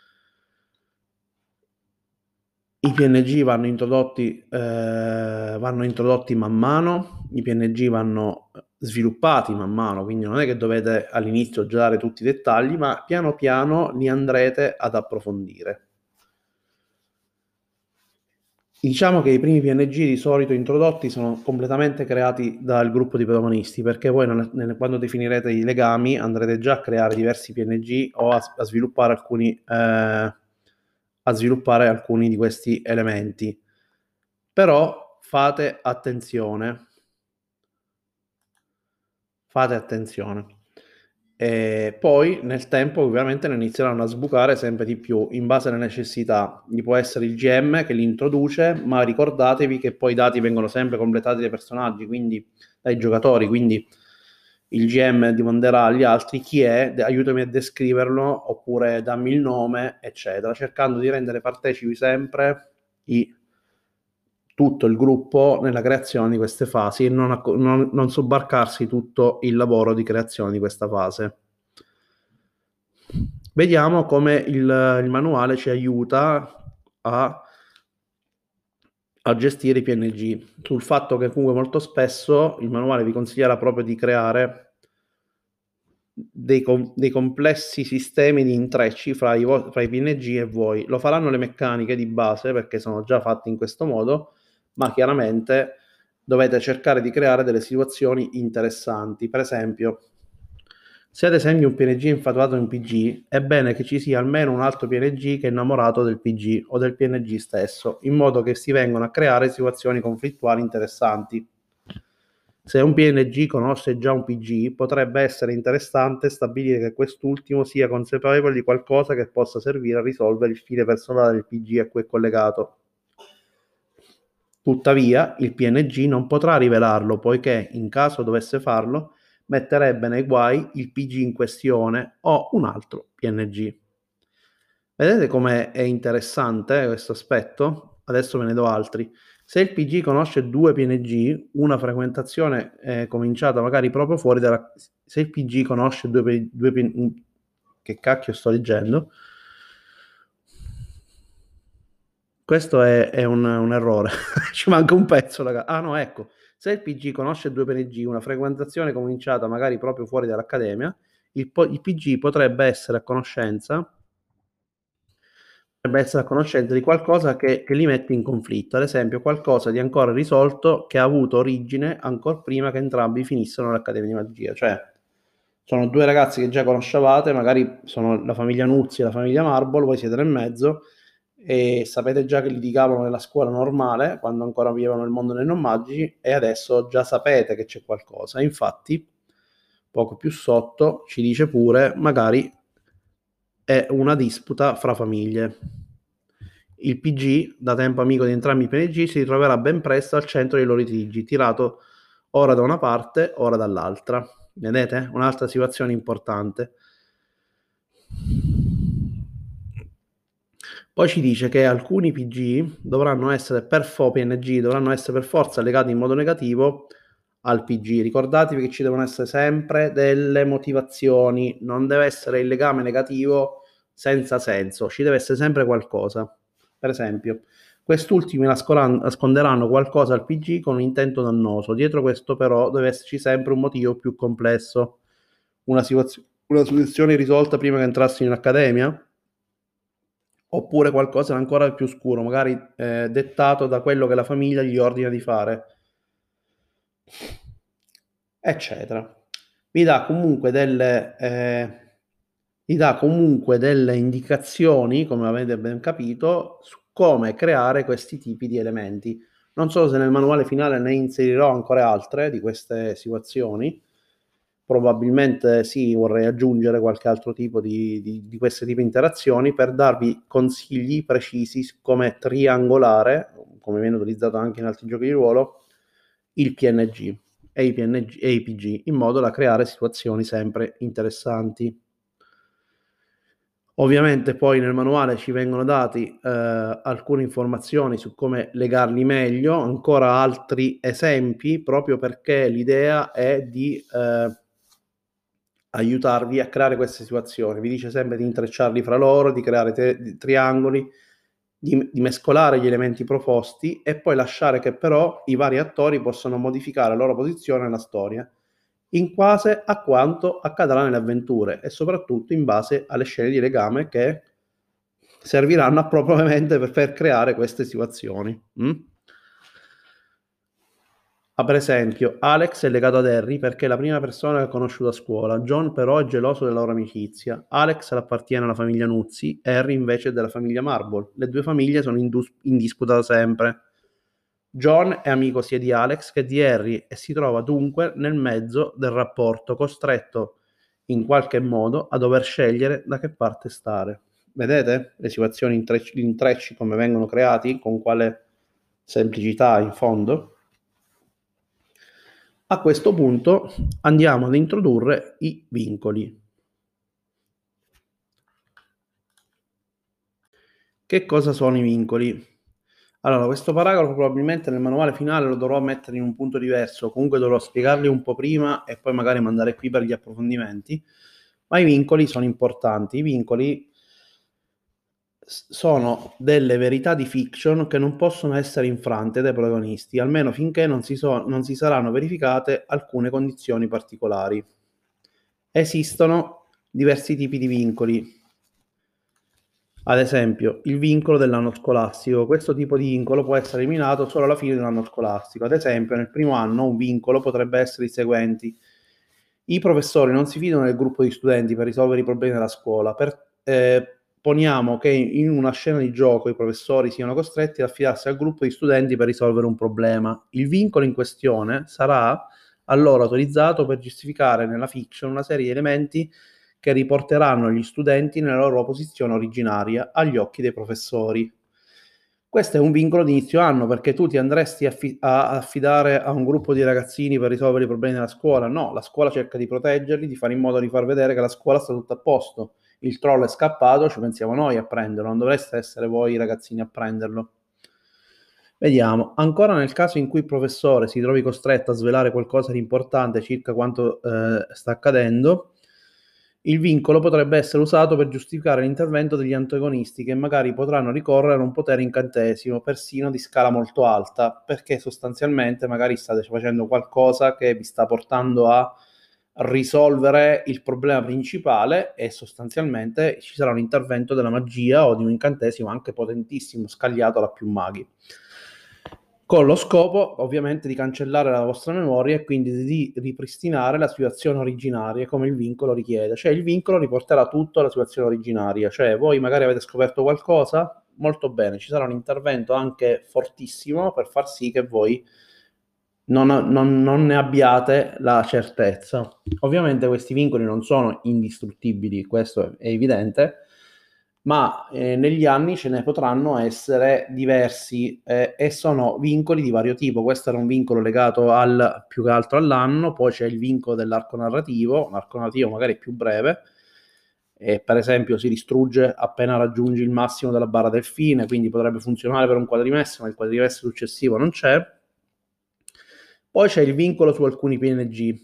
I P N G vanno introdotti, eh, vanno introdotti man mano, i P N G vanno sviluppati man mano, quindi non è che dovete all'inizio già dare tutti i dettagli, ma piano piano li andrete ad approfondire. Diciamo che i primi P N G di solito introdotti sono completamente creati dal gruppo di protagonisti, perché voi non, ne, quando definirete i legami andrete già a creare diversi P N G o a, a, sviluppare, alcuni, eh, a sviluppare alcuni di questi elementi. Però fate attenzione. Fate attenzione. E poi nel tempo ovviamente ne inizieranno a sbucare sempre di più in base alle necessità. Gli può essere il G M che li introduce, ma ricordatevi che poi i dati vengono sempre completati dai personaggi, quindi dai giocatori, quindi il G M domanderà agli altri chi è, aiutami a descriverlo, oppure dammi il nome, eccetera, cercando di rendere partecipi sempre i tutto il gruppo nella creazione di queste fasi e non, non, non sobbarcarsi tutto il lavoro di creazione di questa fase. Vediamo come il, il manuale ci aiuta a, a gestire i P N G, sul fatto che comunque molto spesso il manuale vi consiglierà proprio di creare dei, com- dei complessi sistemi di intrecci fra i, vo- fra i P N G e voi. Lo faranno le meccaniche di base perché sono già fatti in questo modo, ma chiaramente dovete cercare di creare delle situazioni interessanti. Per esempio, se ad esempio un P N G è infatuato in P G, è bene che ci sia almeno un altro P N G che è innamorato del P G o del P N G stesso, in modo che si vengano a creare situazioni conflittuali interessanti. Se un P N G conosce già un P G, potrebbe essere interessante stabilire che quest'ultimo sia consapevole di qualcosa che possa servire a risolvere il file personale del P G a cui è collegato. Tuttavia, il P N G non potrà rivelarlo, poiché, in caso dovesse farlo, metterebbe nei guai il P G in questione o un altro P N G. Vedete com'è è interessante eh, questo aspetto? Adesso ve ne do altri. Se il P G conosce due P N G, una frequentazione è cominciata magari proprio fuori dalla... Se il P G conosce due, P- due P N G... Che cacchio sto leggendo? Questo è, è un, un errore. Ci manca un pezzo, raga. Ah no, ecco. Se il P G conosce due P N G, una frequentazione cominciata magari proprio fuori dall'accademia, il, po- il P G potrebbe essere a conoscenza potrebbe essere a conoscenza di qualcosa che, che li mette in conflitto, ad esempio qualcosa di ancora risolto che ha avuto origine ancora prima che entrambi finissero l'Accademia di Magia. Cioè, sono due ragazzi che già conoscevate, magari sono la famiglia Nuzzi e la famiglia Marble, voi siete nel mezzo e sapete già che litigavano nella scuola normale, quando ancora vivevano nel mondo dei non magici, e adesso già sapete che c'è qualcosa. Infatti, poco più sotto ci dice pure, magari è una disputa fra famiglie. Il P G, da tempo amico di entrambi i P N G, si ritroverà ben presto al centro dei loro litigi, tirato ora da una parte, ora dall'altra. Vedete? Un'altra situazione importante. Poi ci dice che alcuni P G dovranno essere per fo P N G, dovranno essere per forza legati in modo negativo al P G. Ricordatevi che ci devono essere sempre delle motivazioni, non deve essere il legame negativo senza senso, ci deve essere sempre qualcosa. Per esempio, quest'ultimi nasconderanno qualcosa al P G con un intento dannoso. Dietro questo però deve esserci sempre un motivo più complesso. Una, situazio- una situazione risolta prima che entrassi in accademia? Oppure qualcosa ancora più scuro, magari eh, dettato da quello che la famiglia gli ordina di fare, eccetera. Vi dà comunque delle, eh, vi dà comunque delle indicazioni, come avete ben capito, su come creare questi tipi di elementi. Non so se nel manuale finale ne inserirò ancora altre di queste situazioni. Probabilmente sì, vorrei aggiungere qualche altro tipo di, di, di queste tipi di interazioni per darvi consigli precisi su come triangolare, come viene utilizzato anche in altri giochi di ruolo, il P N G e i, P N G, e i P G, in modo da creare situazioni sempre interessanti. Ovviamente poi nel manuale ci vengono dati eh, alcune informazioni su come legarli meglio, ancora altri esempi, proprio perché l'idea è di eh, aiutarvi a creare queste situazioni. Vi dice sempre di intrecciarli fra loro, di creare te- triangoli, di, di mescolare gli elementi proposti e poi lasciare che però i vari attori possano modificare la loro posizione nella storia, in base a quanto accadrà nelle avventure e soprattutto in base alle scene di legame che serviranno appropriatamente per, per creare queste situazioni. Mm? Ah, per esempio, Alex è legato ad Harry perché è la prima persona che ha conosciuto a scuola. John però è geloso della loro amicizia. Alex appartiene alla famiglia Nuzzi, Harry invece è della famiglia Marble. Le due famiglie sono in, dus- in disputa da sempre. John è amico sia di Alex che di Harry e si trova dunque nel mezzo del rapporto, costretto in qualche modo a dover scegliere da che parte stare. Vedete le situazioni, intrecci, gli intrecci come vengono creati, con quale semplicità in fondo? A questo punto andiamo ad introdurre i vincoli. Che cosa sono i vincoli? Allora, questo paragrafo probabilmente nel manuale finale lo dovrò mettere in un punto diverso, comunque dovrò spiegarli un po' prima e poi magari mandare qui per gli approfondimenti, ma i vincoli sono importanti. I vincoli sono delle verità di fiction che non possono essere infrante dai protagonisti, almeno finché non si, so, non si saranno verificate alcune condizioni particolari. Esistono diversi tipi di vincoli. Ad esempio, il vincolo dell'anno scolastico. Questo tipo di vincolo può essere eliminato solo alla fine dell'anno scolastico. Ad esempio, nel primo anno un vincolo potrebbe essere i seguenti. I professori non si fidano del gruppo di studenti per risolvere i problemi della scuola. Per, eh, poniamo che in una scena di gioco i professori siano costretti ad affidarsi al gruppo di studenti per risolvere un problema. Il vincolo in questione sarà allora autorizzato per giustificare nella fiction una serie di elementi che riporteranno gli studenti nella loro posizione originaria agli occhi dei professori. Questo è un vincolo di inizio anno, perché tu ti andresti a, fi- a affidare a un gruppo di ragazzini per risolvere i problemi della scuola? No, la scuola cerca di proteggerli, di fare in modo di far vedere che la scuola sta tutto a posto. Il troll è scappato, ci pensiamo noi a prenderlo, non dovreste essere voi ragazzini a prenderlo. Vediamo, ancora nel caso in cui il professore si trovi costretto a svelare qualcosa di importante circa quanto eh, sta accadendo, il vincolo potrebbe essere usato per giustificare l'intervento degli antagonisti che magari potranno ricorrere a un potere incantesimo, persino di scala molto alta, perché sostanzialmente magari state facendo qualcosa che vi sta portando a risolvere il problema principale e sostanzialmente ci sarà un intervento della magia o di un incantesimo anche potentissimo, scagliato da più maghi, con lo scopo ovviamente di cancellare la vostra memoria e quindi di ripristinare la situazione originaria come il vincolo richiede. Cioè il vincolo riporterà tutto alla situazione originaria, cioè voi magari avete scoperto qualcosa, molto bene, ci sarà un intervento anche fortissimo per far sì che voi non, non, non ne abbiate la certezza. Ovviamente questi vincoli non sono indistruttibili, questo è evidente, ma eh, negli anni ce ne potranno essere diversi eh, e sono vincoli di vario tipo. Questo era un vincolo legato al, più che altro all'anno, poi c'è il vincolo dell'arco narrativo, un arco narrativo magari più breve, e per esempio si distrugge appena raggiungi il massimo della barra del fine, quindi potrebbe funzionare per un quadrimestre, ma il quadrimestre successivo non c'è. Poi c'è il vincolo su alcuni P N G.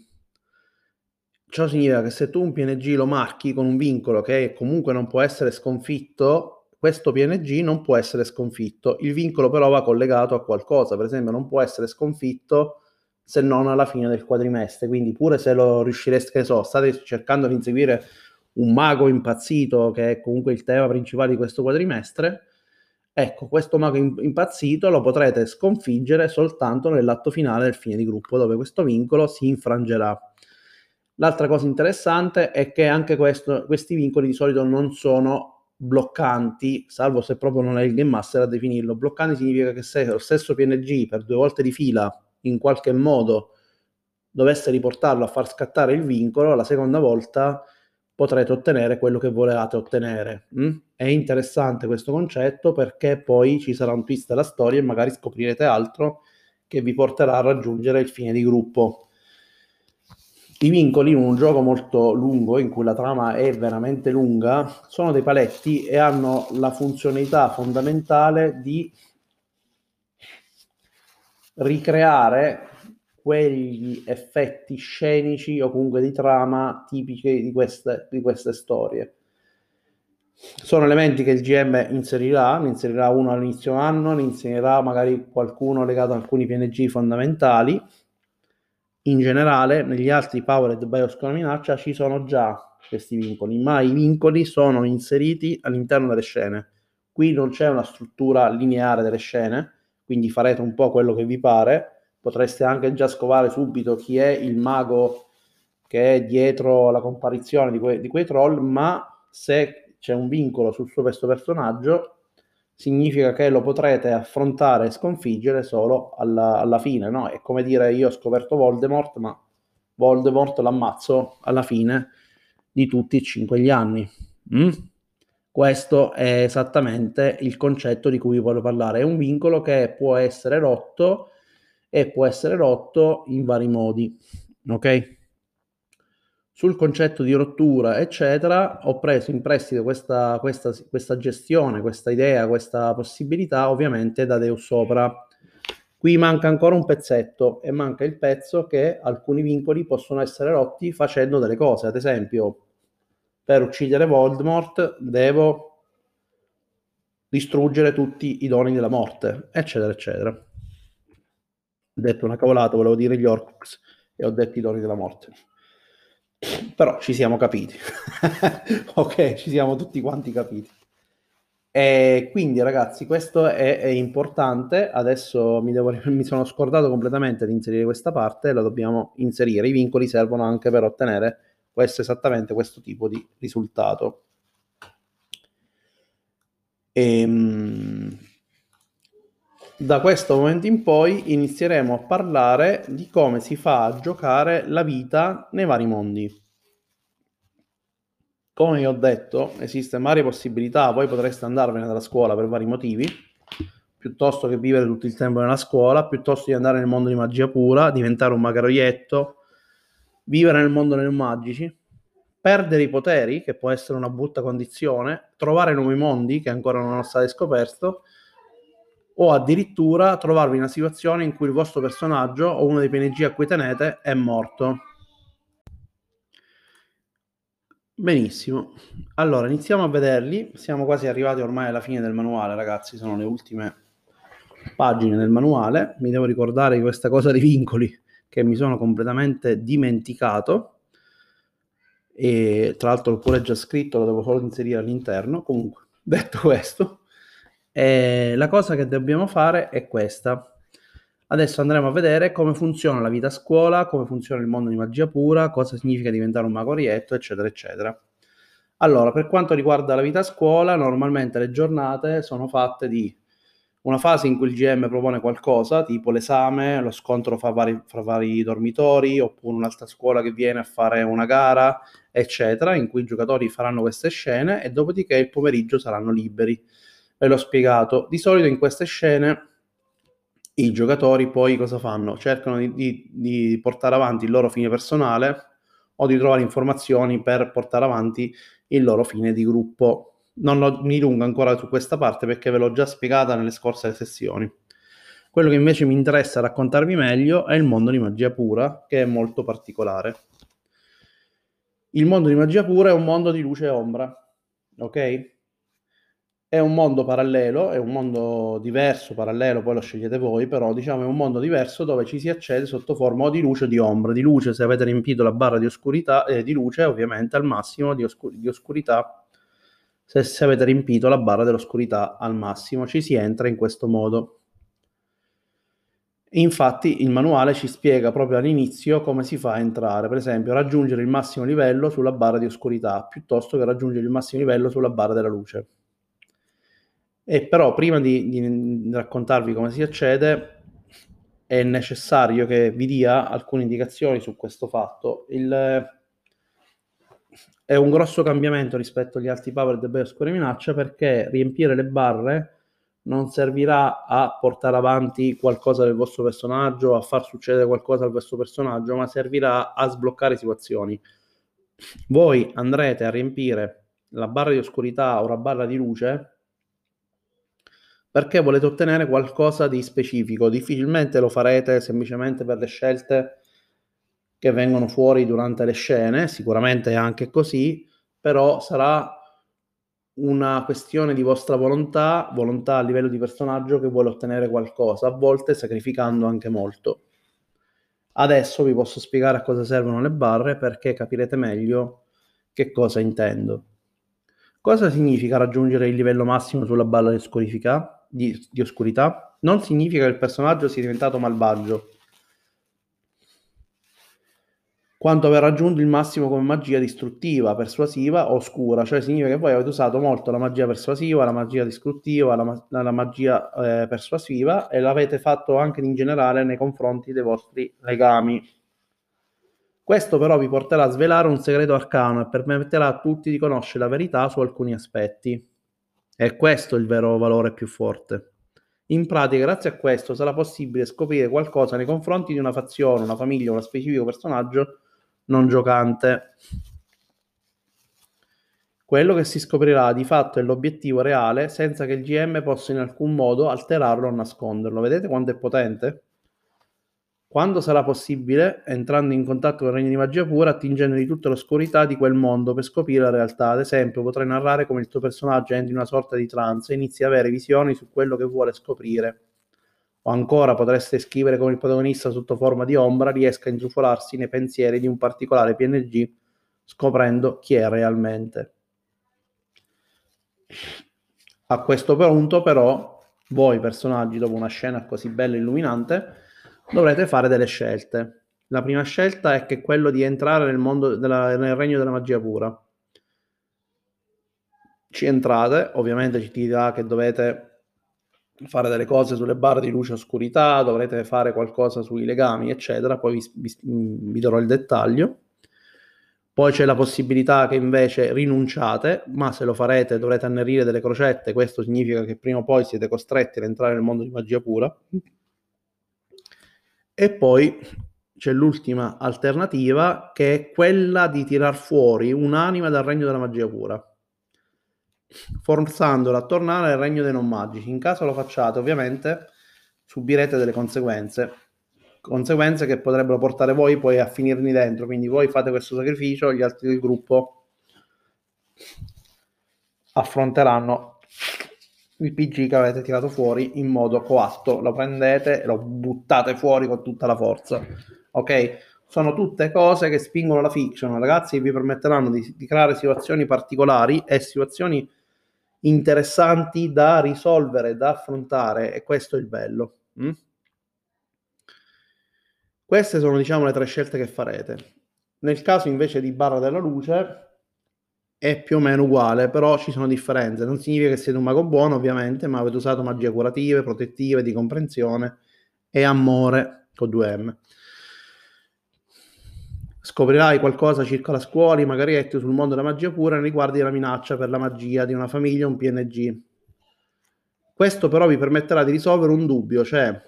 Ciò significa che se tu un P N G lo marchi con un vincolo che comunque non può essere sconfitto, questo P N G non può essere sconfitto. Il vincolo però va collegato a qualcosa, per esempio non può essere sconfitto se non alla fine del quadrimestre, quindi pure se lo riuscireste, che ne so, state cercando di inseguire un mago impazzito, che è comunque il tema principale di questo quadrimestre, ecco, questo mago impazzito lo potrete sconfiggere soltanto nell'atto finale del fine di gruppo, dove questo vincolo si infrangerà. L'altra cosa interessante è che anche questo, questi vincoli di solito non sono bloccanti, salvo se proprio non è il Game Master a definirlo. Bloccanti significa che se lo stesso P N G per due volte di fila in qualche modo dovesse riportarlo a far scattare il vincolo, la seconda volta potrete ottenere quello che volevate ottenere. Mm? È interessante questo concetto perché poi ci sarà un twist alla storia e magari scoprirete altro che vi porterà a raggiungere il fine di gruppo. I vincoli in un gioco molto lungo, in cui la trama è veramente lunga, sono dei paletti e hanno la funzionalità fondamentale di ricreare quegli effetti scenici o comunque di trama tipici di queste, di queste storie. Sono elementi che il G M inserirà, ne inserirà uno all'inizio anno, ne inserirà magari qualcuno legato ad alcuni P N G fondamentali. In generale, negli altri Powered by Oscar Minaccia ci sono già questi vincoli, ma i vincoli sono inseriti all'interno delle scene. Qui non c'è una struttura lineare delle scene, quindi farete un po' quello che vi pare. Potreste anche già scovare subito chi è il mago che è dietro la comparizione di, que- di quei troll, ma se c'è un vincolo sul suo questo personaggio, significa che lo potrete affrontare e sconfiggere solo alla, alla fine, no? È come dire io ho scoperto Voldemort, ma Voldemort l'ammazzo alla fine di tutti e cinque gli anni. Mm? Questo è esattamente il concetto di cui vi voglio parlare. È un vincolo che può essere rotto e può essere rotto in vari modi, ok? Sul concetto di rottura, eccetera, ho preso in prestito questa, questa, questa gestione, questa idea, questa possibilità, ovviamente da Deus Sopra. Qui manca ancora un pezzetto e manca il pezzo che alcuni vincoli possono essere rotti facendo delle cose. Ad esempio, per uccidere Voldemort devo distruggere tutti i doni della morte, eccetera, eccetera. Ho detto una cavolata, volevo dire gli Horcrux e ho detto i doni della morte. Però ci siamo capiti. Ok, ci siamo tutti quanti capiti. E quindi ragazzi, questo è, è importante. Adesso mi, devo, mi sono scordato completamente di inserire questa parte, la dobbiamo inserire. I vincoli servono anche per ottenere questo, esattamente questo tipo di risultato. E, Da questo momento in poi inizieremo a parlare di come si fa a giocare la vita nei vari mondi. Come vi ho detto, esistono varie possibilità, voi potreste andarvene dalla scuola per vari motivi, piuttosto che vivere tutto il tempo nella scuola, piuttosto di andare nel mondo di magia pura, diventare un magarietto, vivere nel mondo dei magici, perdere i poteri, che può essere una brutta condizione, trovare nuovi mondi che ancora non sono stati scoperti, o addirittura trovarvi in una situazione in cui il vostro personaggio o uno dei P N G a cui tenete è morto. Benissimo, allora iniziamo a vederli, siamo quasi arrivati ormai alla fine del manuale, ragazzi, sono le ultime pagine del manuale. Mi devo ricordare di questa cosa dei vincoli che mi sono completamente dimenticato, e tra l'altro l'ho pure già scritto, lo devo solo inserire all'interno. Comunque, detto questo, eh, la cosa che dobbiamo fare è questa. Adesso andremo a vedere come funziona la vita a scuola, come funziona il mondo di magia pura, cosa significa diventare un magorietto, eccetera, eccetera. Allora, per quanto riguarda la vita a scuola, normalmente le giornate sono fatte di una fase in cui il G M propone qualcosa, tipo l'esame, lo scontro fra vari, fra vari dormitori, oppure un'altra scuola che viene a fare una gara, eccetera, in cui i giocatori faranno queste scene e dopodiché il pomeriggio saranno liberi. Ve l'ho spiegato. Di solito in queste scene i giocatori poi cosa fanno? Cercano di, di, di portare avanti il loro fine personale o di trovare informazioni per portare avanti il loro fine di gruppo. Non lo, mi dilungo ancora su questa parte perché ve l'ho già spiegata nelle scorse sessioni. Quello che invece mi interessa raccontarvi meglio è il mondo di magia pura, che è molto particolare. Il mondo di magia pura è un mondo di luce e ombra, ok? È un mondo parallelo, è un mondo diverso, parallelo, poi lo scegliete voi, però diciamo è un mondo diverso dove ci si accede sotto forma o di luce o di ombra. Di luce se avete riempito la barra di oscurità, eh, di luce ovviamente al massimo, di, oscur- di oscurità se, se avete riempito la barra dell'oscurità al massimo. Ci si entra in questo modo. Infatti il manuale ci spiega proprio all'inizio come si fa a entrare, per esempio raggiungere il massimo livello sulla barra di oscurità piuttosto che raggiungere il massimo livello sulla barra della luce. E però prima di, di raccontarvi come si accede è necessario che vi dia alcune indicazioni su questo fatto. Il, è un grosso cambiamento rispetto agli altri power del Oscura Minaccia, perché riempire le barre non servirà a portare avanti qualcosa del vostro personaggio, a far succedere qualcosa al vostro personaggio, ma servirà a sbloccare situazioni. Voi andrete a riempire la barra di oscurità o la barra di luce perché volete ottenere qualcosa di specifico. Difficilmente lo farete semplicemente per le scelte che vengono fuori durante le scene, sicuramente è anche così, però sarà una questione di vostra volontà, volontà a livello di personaggio che vuole ottenere qualcosa, a volte sacrificando anche molto. Adesso vi posso spiegare a cosa servono le barre perché capirete meglio che cosa intendo. Cosa significa raggiungere il livello massimo sulla barra di oscurità? Di, di oscurità? Non significa che il personaggio sia diventato malvagio, quanto aver raggiunto il massimo come magia distruttiva, persuasiva o oscura, cioè significa che voi avete usato molto la magia persuasiva, la magia distruttiva, la, ma- la magia eh, persuasiva e l'avete fatto anche in generale nei confronti dei vostri legami. Questo però vi porterà a svelare un segreto arcano e permetterà a tutti di conoscere la verità su alcuni aspetti. È questo il vero valore più forte. In pratica, grazie a questo sarà possibile scoprire qualcosa nei confronti di una fazione, una famiglia, uno specifico personaggio non giocante. Quello che si scoprirà di fatto è l'obiettivo reale senza che il G M possa in alcun modo alterarlo o nasconderlo. Vedete quanto è potente? Quando sarà possibile, entrando in contatto con il regno di magia pura, attingendo di tutta l'oscurità di quel mondo per scoprire la realtà. Ad esempio, potrai narrare come il tuo personaggio entri in una sorta di trance e inizi a avere visioni su quello che vuole scoprire. O ancora potreste scrivere come il protagonista sotto forma di ombra riesca a intrufolarsi nei pensieri di un particolare P N G, scoprendo chi è realmente. A questo punto, però, voi personaggi, dopo una scena così bella e illuminante, dovrete fare delle scelte. La prima scelta è che è quello di entrare nel mondo della, nel regno della magia pura. Ci entrate, ovviamente ci dirà che dovete fare delle cose sulle barre di luce e oscurità, dovrete fare qualcosa sui legami, eccetera, poi vi, vi, vi darò il dettaglio. Poi c'è la possibilità che invece rinunciate, ma se lo farete dovrete annerire delle crocette, questo significa che prima o poi siete costretti ad entrare nel mondo di magia pura. E poi c'è l'ultima alternativa, che è quella di tirar fuori un'anima dal regno della magia pura, forzandola a tornare nel regno dei non magici. In caso lo facciate, ovviamente, subirete delle conseguenze. Conseguenze che potrebbero portare voi poi a finirni dentro. Quindi voi fate questo sacrificio, gli altri del gruppo affronteranno il P G che avete tirato fuori in modo coatto. Lo prendete e lo buttate fuori con tutta la forza. Ok? Sono tutte cose che spingono la fiction, ragazzi, e vi permetteranno di, di creare situazioni particolari e situazioni interessanti da risolvere, da affrontare, e questo è il bello. Mm? Queste sono, diciamo, le tre scelte che farete. Nel caso invece di Barra della Luce è più o meno uguale, però ci sono differenze. Non significa che siete un mago buono, ovviamente, ma avete usato magie curative, protettive, di comprensione e amore con due M. Scoprirai qualcosa circa la scuola, i magarietti sul mondo della magia pura riguardi la minaccia per la magia di una famiglia, un P N G. Questo però vi permetterà di risolvere un dubbio, cioè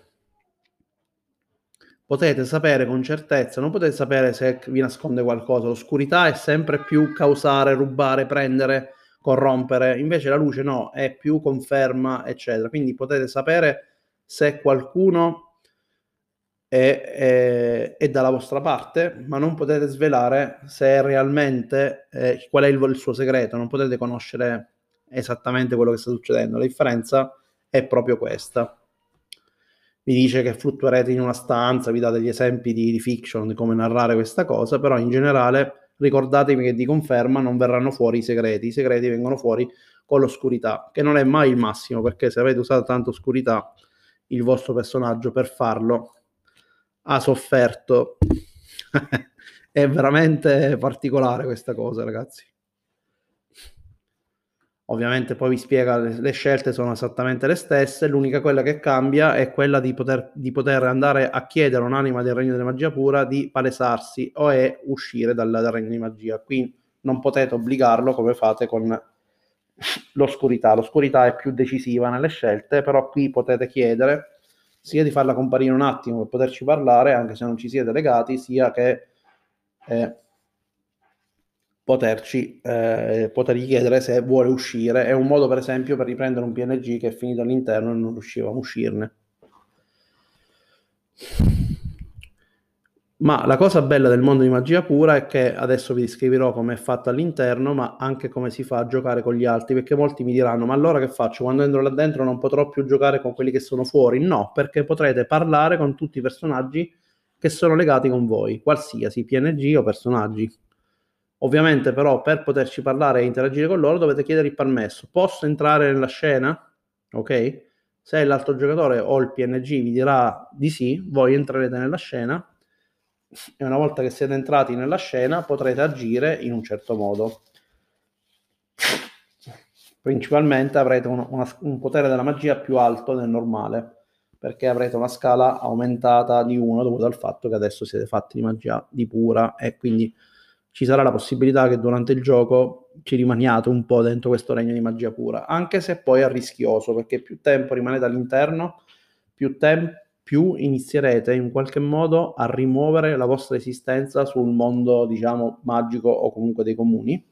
potete sapere con certezza, non potete sapere se vi nasconde qualcosa. L'oscurità è sempre più causare, rubare, prendere, corrompere, invece la luce no, è più conferma, eccetera. Quindi potete sapere se qualcuno è, è, è dalla vostra parte, ma non potete svelare se è realmente eh, qual è il, il suo segreto, non potete conoscere esattamente quello che sta succedendo. La differenza è proprio questa. Vi dice che fluttuerete in una stanza, vi dà degli esempi di, di fiction, di come narrare questa cosa, però in generale ricordatevi che di conferma non verranno fuori i segreti, i segreti vengono fuori con l'oscurità, che non è mai il massimo, perché se avete usato tanta oscurità, il vostro personaggio per farlo ha sofferto. È veramente particolare questa cosa, ragazzi. Ovviamente poi vi spiega le, le scelte sono esattamente le stesse, l'unica quella che cambia è quella di poter, di poter andare a chiedere a un'anima del regno della magia pura di palesarsi o è uscire dal, dal regno di magia. Qui non potete obbligarlo come fate con l'oscurità. L'oscurità è più decisiva nelle scelte, però qui potete chiedere sia di farla comparire un attimo per poterci parlare, anche se non ci siete legati, sia che eh, poterci eh, potergli chiedere se vuole uscire. È un modo, per esempio, per riprendere un P N G che è finito all'interno e non riusciva a uscirne. Ma la cosa bella del mondo di magia pura è che adesso vi descriverò come è fatto all'interno, ma anche come si fa a giocare con gli altri, perché molti mi diranno: ma allora che faccio? Quando entro là dentro non potrò più giocare con quelli che sono fuori? No, perché potrete parlare con tutti i personaggi che sono legati con voi, qualsiasi P N G o personaggi. Ovviamente però per poterci parlare e interagire con loro dovete chiedere il permesso. Posso entrare nella scena? Ok? Se l'altro giocatore o il P N G vi dirà di sì, voi entrerete nella scena e una volta che siete entrati nella scena potrete agire in un certo modo. Principalmente avrete un, una, un potere della magia più alto del normale, perché avrete una scala aumentata di uno dovuto al fatto che adesso siete fatti di magia di pura e quindi ci sarà la possibilità che durante il gioco ci rimaniate un po' dentro questo regno di magia pura, anche se poi è rischioso, perché più tempo rimanete all'interno, più, tem- più inizierete in qualche modo a rimuovere la vostra esistenza sul mondo, diciamo, magico o comunque dei comuni,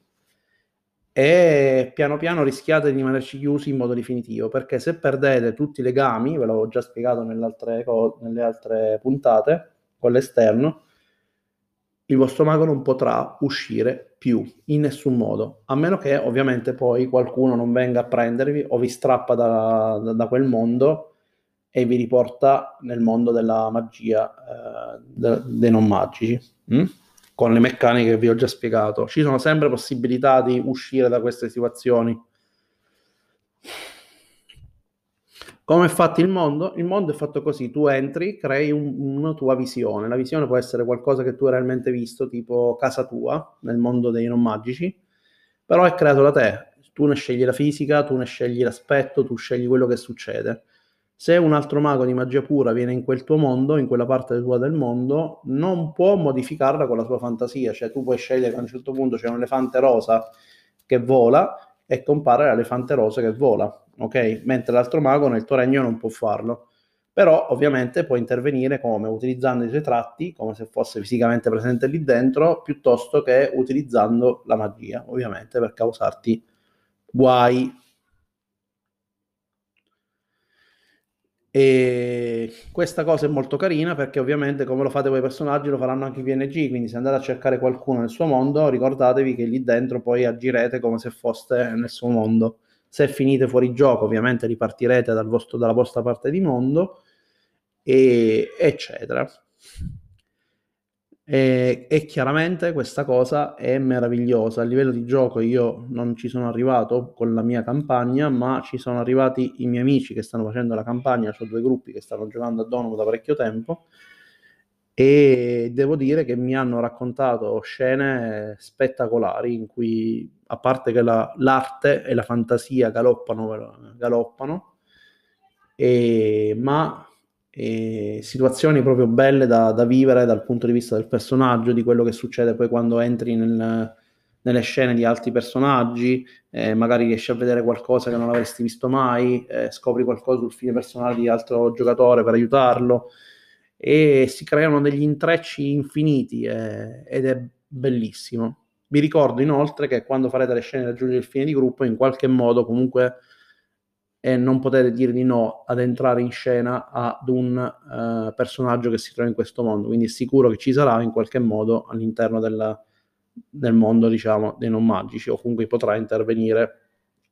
e piano piano rischiate di rimanerci chiusi in modo definitivo, perché se perdete tutti i legami, ve l'avevo già spiegato nelle altre, nelle altre puntate, con l'esterno, il vostro mago non potrà uscire più in nessun modo, a meno che ovviamente poi qualcuno non venga a prendervi o vi strappa da, da, da quel mondo e vi riporta nel mondo della magia eh, de, dei non magici, hm? Con le meccaniche che vi ho già spiegato. Ci sono sempre possibilità di uscire da queste situazioni. Come è fatto il mondo? Il mondo è fatto così: tu entri, crei un, una tua visione. La visione può essere qualcosa che tu hai realmente visto, tipo casa tua, nel mondo dei non magici, però è creato da te. Tu ne scegli la fisica, tu ne scegli l'aspetto, tu scegli quello che succede. Se un altro mago di magia pura viene in quel tuo mondo, in quella parte tua del mondo, non può modificarla con la sua fantasia, cioè tu puoi scegliere che a un certo punto c'è un elefante rosa che vola e compare l'elefante rosa che vola, ok? Mentre l'altro mago nel tuo regno non può farlo. Però ovviamente può intervenire come? Utilizzando i suoi tratti, come se fosse fisicamente presente lì dentro, piuttosto che utilizzando la magia, ovviamente per causarti guai. E questa cosa è molto carina perché ovviamente come lo fate voi personaggi lo faranno anche i P N G, quindi se andate a cercare qualcuno nel suo mondo ricordatevi che lì dentro poi agirete come se foste nel suo mondo. Se finite fuori gioco ovviamente ripartirete dal vostro, dalla vostra parte di mondo e eccetera. E, e chiaramente questa cosa è meravigliosa. A livello di gioco io non ci sono arrivato con la mia campagna, ma ci sono arrivati i miei amici che stanno facendo la campagna. Ho due gruppi che stanno giocando a Donovo da parecchio tempo e devo dire che mi hanno raccontato scene spettacolari in cui, a parte che la- l'arte e la fantasia galoppano, galoppano e- ma e situazioni proprio belle da, da vivere dal punto di vista del personaggio, di quello che succede poi quando entri nel- nelle scene di altri personaggi, eh, magari riesci a vedere qualcosa che non avresti visto mai, eh, scopri qualcosa sul fine personale di altro giocatore per aiutarlo e si creano degli intrecci infiniti eh, ed è bellissimo. Vi ricordo inoltre che quando farete le scene di raggiungere il fine di gruppo, in qualche modo comunque e non potete dire di no ad entrare in scena ad un eh, personaggio che si trova in questo mondo, quindi è sicuro che ci sarà in qualche modo all'interno della- del mondo, diciamo, dei non magici, o comunque potrà intervenire.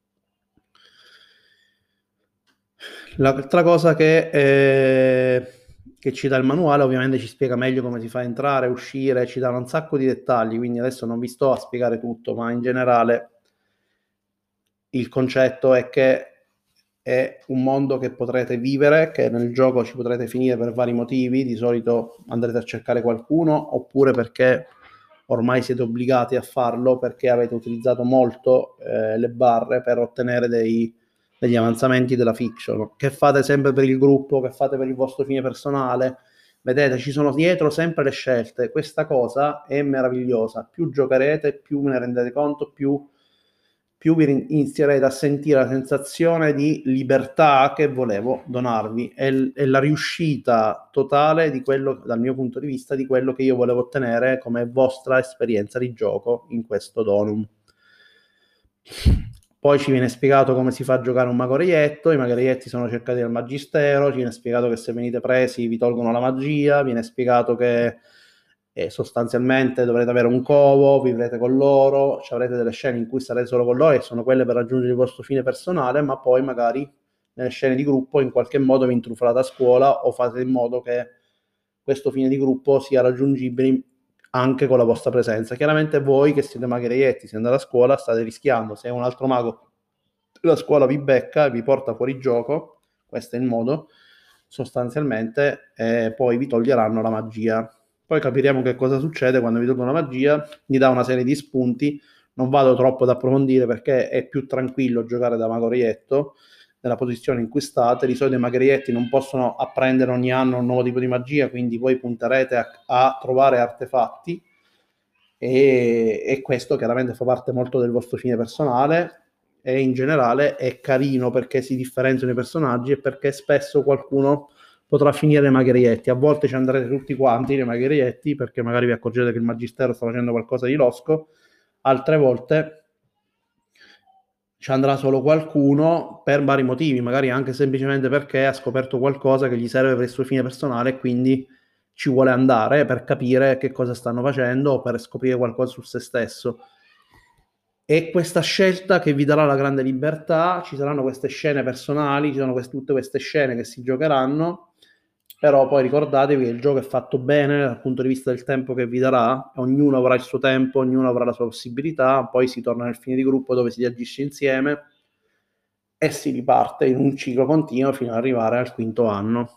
L'altra cosa che, eh, che ci dà il manuale, ovviamente ci spiega meglio come si fa a entrare, uscire, ci dà un sacco di dettagli, quindi adesso non vi sto a spiegare tutto, ma in generale il concetto è che è un mondo che potrete vivere, che nel gioco ci potrete finire per vari motivi, di solito andrete a cercare qualcuno oppure perché ormai siete obbligati a farlo perché avete utilizzato molto eh, le barre per ottenere dei, degli avanzamenti della fiction, che fate sempre per il gruppo, che fate per il vostro fine personale. Vedete, ci sono dietro sempre le scelte. Questa cosa è meravigliosa. Più giocherete, più ve ne rendete conto, più più vi inizierete a sentire la sensazione di libertà che volevo donarvi. È, è la riuscita totale di quello, dal mio punto di vista, di quello che io volevo ottenere come vostra esperienza di gioco in questo Donum. Poi ci viene spiegato come si fa a giocare un mago reietto, i maghi reietti sono cercati dal magistero, ci viene spiegato che se venite presi vi tolgono la magia, viene spiegato che eh, sostanzialmente dovrete avere un covo, vivrete con loro, ci avrete delle scene in cui sarete solo con loro e sono quelle per raggiungere il vostro fine personale, ma poi magari nelle scene di gruppo in qualche modo vi intrufolate a scuola o fate in modo che questo fine di gruppo sia raggiungibile anche con la vostra presenza. Chiaramente voi che siete maghi reietti, se andate a scuola state rischiando, se un altro mago la scuola vi becca e vi porta fuori gioco, questo è il modo, sostanzialmente eh, poi vi toglieranno la magia. Poi capiremo che cosa succede quando vi tolgono la magia, vi dà una serie di spunti, non vado troppo ad approfondire perché è più tranquillo giocare da mago reietto nella posizione in cui state. Di solito i magherietti non possono apprendere ogni anno un nuovo tipo di magia, quindi voi punterete a, a trovare artefatti e, e questo chiaramente fa parte molto del vostro fine personale e in generale è carino perché si differenziano i personaggi e perché spesso qualcuno potrà finire nei magherietti. A volte ci andrete tutti quanti nei magherietti perché magari vi accorgete che il magistero sta facendo qualcosa di losco, altre volte ci andrà solo qualcuno per vari motivi, magari anche semplicemente perché ha scoperto qualcosa che gli serve per il suo fine personale e quindi ci vuole andare per capire che cosa stanno facendo o per scoprire qualcosa su se stesso. E questa scelta che vi darà la grande libertà, ci saranno queste scene personali, ci sono queste, tutte queste scene che si giocheranno, però poi ricordatevi che il gioco è fatto bene dal punto di vista del tempo che vi darà, ognuno avrà il suo tempo, ognuno avrà la sua possibilità, poi si torna nel fine di gruppo dove si agisce insieme e si riparte in un ciclo continuo fino ad arrivare al quinto anno.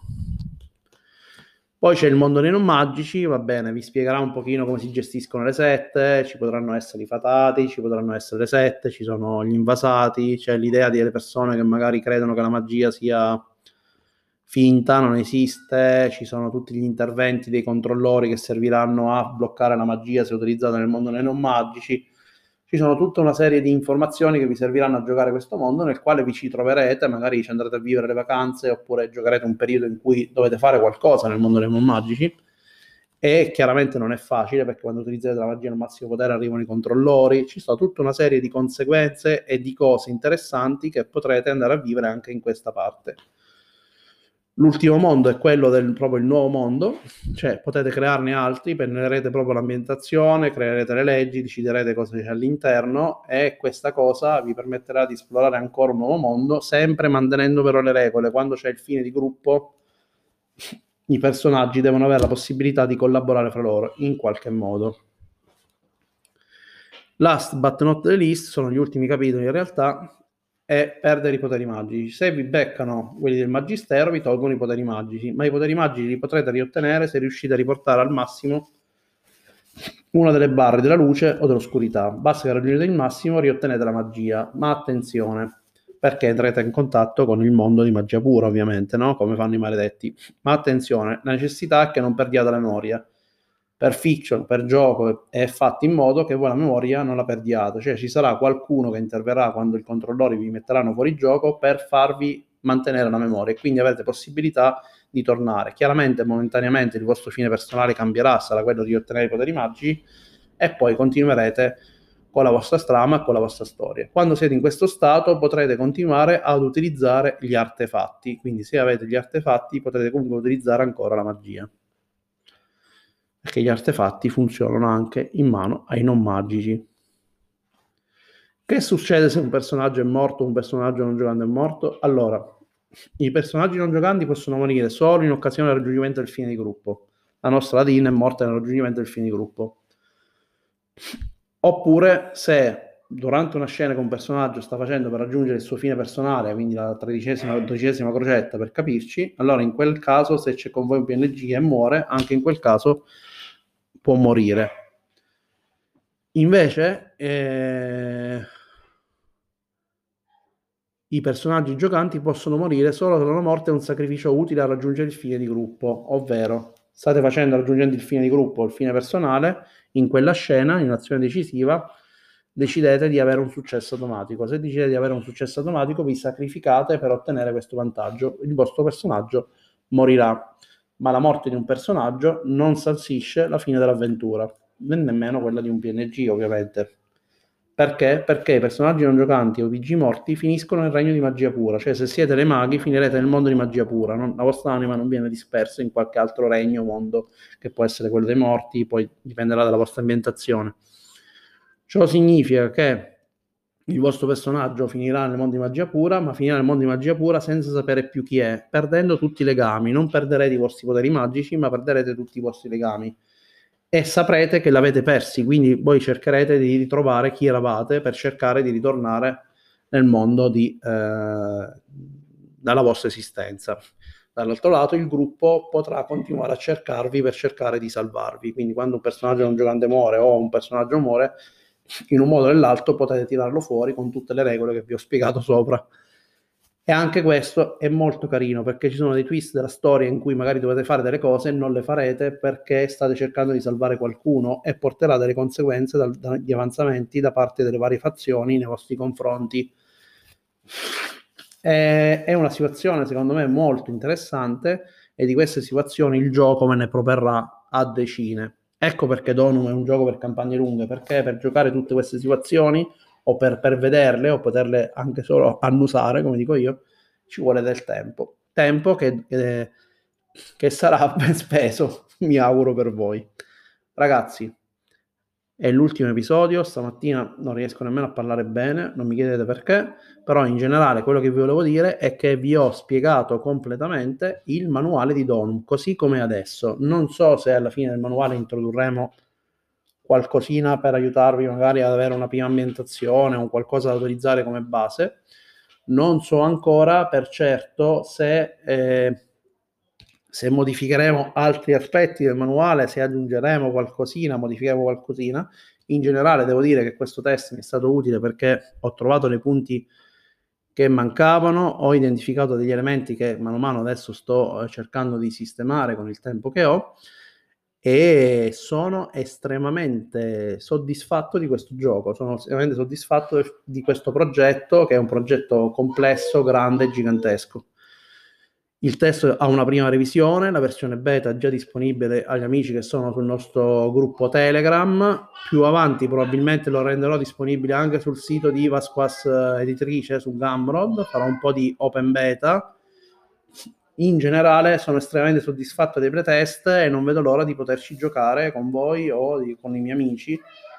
Poi c'è il mondo dei non magici, va bene, vi spiegherà un pochino come si gestiscono le sette, ci potranno essere i fatati, ci potranno essere le sette, ci sono gli invasati, c'è l'idea delle persone che magari credono che la magia sia finta, non esiste, ci sono tutti gli interventi dei controllori che serviranno a bloccare la magia se utilizzata nel mondo dei non magici. Ci sono tutta una serie di informazioni che vi serviranno a giocare questo mondo, nel quale vi ci troverete, magari ci andrete a vivere le vacanze, oppure giocherete un periodo in cui dovete fare qualcosa nel mondo dei non magici. E chiaramente non è facile, perché quando utilizzate la magia al massimo potere arrivano i controllori, ci sono tutta una serie di conseguenze e di cose interessanti che potrete andare a vivere anche in questa parte. L'ultimo mondo è quello del proprio il nuovo mondo, cioè potete crearne altri, pennerete proprio l'ambientazione, creerete le leggi, deciderete cosa c'è all'interno, e questa cosa vi permetterà di esplorare ancora un nuovo mondo, sempre mantenendo però le regole. Quando c'è il fine di gruppo, i personaggi devono avere la possibilità di collaborare fra loro in qualche modo. Last but not the least, sono gli ultimi capitoli in realtà, è perdere i poteri magici. Se vi beccano quelli del magistero, vi tolgono i poteri magici, ma i poteri magici li potrete riottenere se riuscite a riportare al massimo una delle barre della luce o dell'oscurità. Basta che raggiungete il massimo, riottenete la magia. Ma attenzione, perché entrete in contatto con il mondo di magia pura, ovviamente, no? Come fanno i maledetti. Ma attenzione, la necessità è che non perdiate la memoria. Per fiction, per gioco, è fatto in modo che voi la memoria non la perdiate, cioè ci sarà qualcuno che interverrà quando i controllori vi metteranno fuori gioco per farvi mantenere la memoria, e quindi avrete possibilità di tornare. Chiaramente momentaneamente il vostro fine personale cambierà, sarà quello di ottenere i poteri magici, e poi continuerete con la vostra trama e con la vostra storia. Quando siete in questo stato potrete continuare ad utilizzare gli artefatti, quindi se avete gli artefatti potrete comunque utilizzare ancora la magia, perché gli artefatti funzionano anche in mano ai non magici. Che succede se un personaggio è morto o un personaggio non giocando è morto? Allora, i personaggi non giocanti possono morire solo in occasione del raggiungimento del fine di gruppo. La nostra Ladin è morta nel raggiungimento del fine di gruppo. Oppure se durante una scena che un personaggio sta facendo per raggiungere il suo fine personale, quindi la tredicesima o dodicesima crocetta per capirci, allora in quel caso se c'è con voi un P N G e muore, anche in quel caso può morire. Invece eh, i personaggi giocanti possono morire solo se la loro morte è un sacrificio utile a raggiungere il fine di gruppo, ovvero state facendo raggiungendo il fine di gruppo o il fine personale, in quella scena, in un'azione decisiva, decidete di avere un successo automatico. Se decidete di avere un successo automatico, vi sacrificate per ottenere questo vantaggio. Il vostro personaggio morirà, ma la morte di un personaggio non sancisce la fine dell'avventura, né nemmeno quella di un P N G, ovviamente. Perché? Perché i personaggi non giocanti o i P G morti finiscono nel regno di magia pura, cioè se siete dei maghi finirete nel mondo di magia pura, non, la vostra anima non viene dispersa in qualche altro regno o mondo, che può essere quello dei morti, poi dipenderà dalla vostra ambientazione. Ciò significa che il vostro personaggio finirà nel mondo di magia pura, ma finirà nel mondo di magia pura senza sapere più chi è, perdendo tutti i legami. Non perderete i vostri poteri magici, ma perderete tutti i vostri legami. E saprete che l'avete persi, quindi voi cercherete di ritrovare chi eravate per cercare di ritornare nel mondo di, eh, dalla vostra esistenza. Dall'altro lato il gruppo potrà continuare a cercarvi per cercare di salvarvi, quindi quando un personaggio non giocante muore o un personaggio muore, in un modo o nell'altro potete tirarlo fuori con tutte le regole che vi ho spiegato sopra. E anche questo è molto carino, perché ci sono dei twist della storia in cui magari dovete fare delle cose e non le farete perché state cercando di salvare qualcuno, e porterà delle conseguenze dal, dagli avanzamenti da parte delle varie fazioni nei vostri confronti. È, è una situazione secondo me molto interessante, e di queste situazioni il gioco me ne proporrà a decine. Ecco perché Donum è un gioco per campagne lunghe, perché per giocare tutte queste situazioni, o per, per vederle, o poterle anche solo annusare, come dico io, ci vuole del tempo. Tempo che, che, che sarà ben speso, mi auguro per voi. Ragazzi, è l'ultimo episodio, stamattina non riesco nemmeno a parlare bene, non mi chiedete perché, però in generale quello che vi volevo dire è che vi ho spiegato completamente il manuale di Donum, così come adesso. Non so se alla fine del manuale introdurremo qualcosina per aiutarvi magari ad avere una prima ambientazione o qualcosa da utilizzare come base. Non so ancora per certo se, eh, se modificheremo altri aspetti del manuale, se aggiungeremo qualcosina, modificheremo qualcosina. In generale devo dire che questo test mi è stato utile perché ho trovato dei punti che mancavano, ho identificato degli elementi che mano a mano adesso sto cercando di sistemare con il tempo che ho, e sono estremamente soddisfatto di questo gioco, sono estremamente soddisfatto di questo progetto, che è un progetto complesso, grande, gigantesco. Il testo ha una prima revisione, la versione beta è già disponibile agli amici che sono sul nostro gruppo Telegram. Più avanti probabilmente lo renderò disponibile anche sul sito di Vasquas Editrice, su Gumroad, farò un po' di open beta. In generale sono estremamente soddisfatto dei pretest e non vedo l'ora di poterci giocare con voi o di, con i miei amici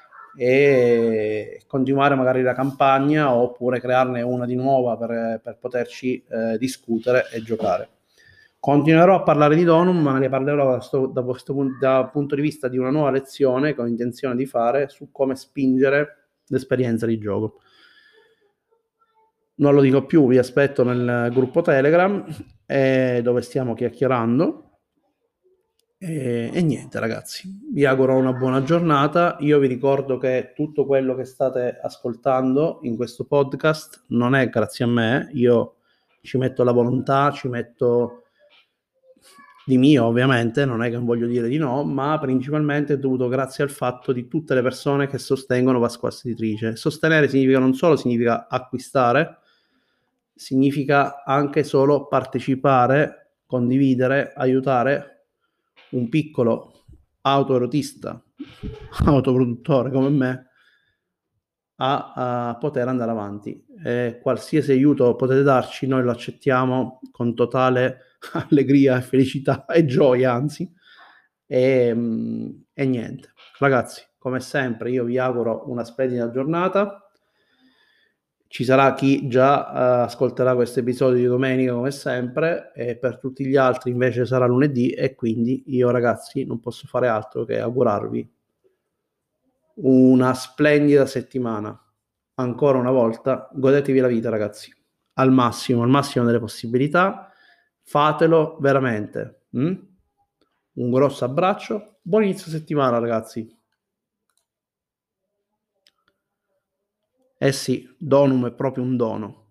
e continuare magari la campagna oppure crearne una di nuova per, per poterci eh, discutere e giocare. Continuerò a parlare di Donum, ma ne parlerò da questo, da questo punto, da punto di vista di una nuova lezione che ho intenzione di fare su come spingere l'esperienza di gioco. Non lo dico più, vi aspetto nel gruppo Telegram eh, dove stiamo chiacchierando. E, e niente ragazzi, vi auguro una buona giornata. Io vi ricordo che tutto quello che state ascoltando in questo podcast non è grazie a me, io ci metto la volontà, ci metto di mio ovviamente, non è che non voglio dire di no, ma principalmente è dovuto grazie al fatto di tutte le persone che sostengono Vasquas Editrice. Sostenere significa non solo significa acquistare, significa anche solo partecipare, condividere, aiutare un piccolo autoerotista, autoproduttore come me, a, a poter andare avanti. E qualsiasi aiuto potete darci, noi lo accettiamo con totale allegria e felicità e gioia, anzi. E, e niente, ragazzi, come sempre, io vi auguro una splendida giornata. Ci sarà chi già uh, ascolterà questo episodio di domenica come sempre, e per tutti gli altri invece sarà lunedì, e quindi io ragazzi non posso fare altro che augurarvi una splendida settimana. Ancora una volta, godetevi la vita ragazzi, al massimo, al massimo delle possibilità, fatelo veramente. Mm? Un grosso abbraccio, buon inizio settimana ragazzi. Eh sì, Donum è proprio un dono.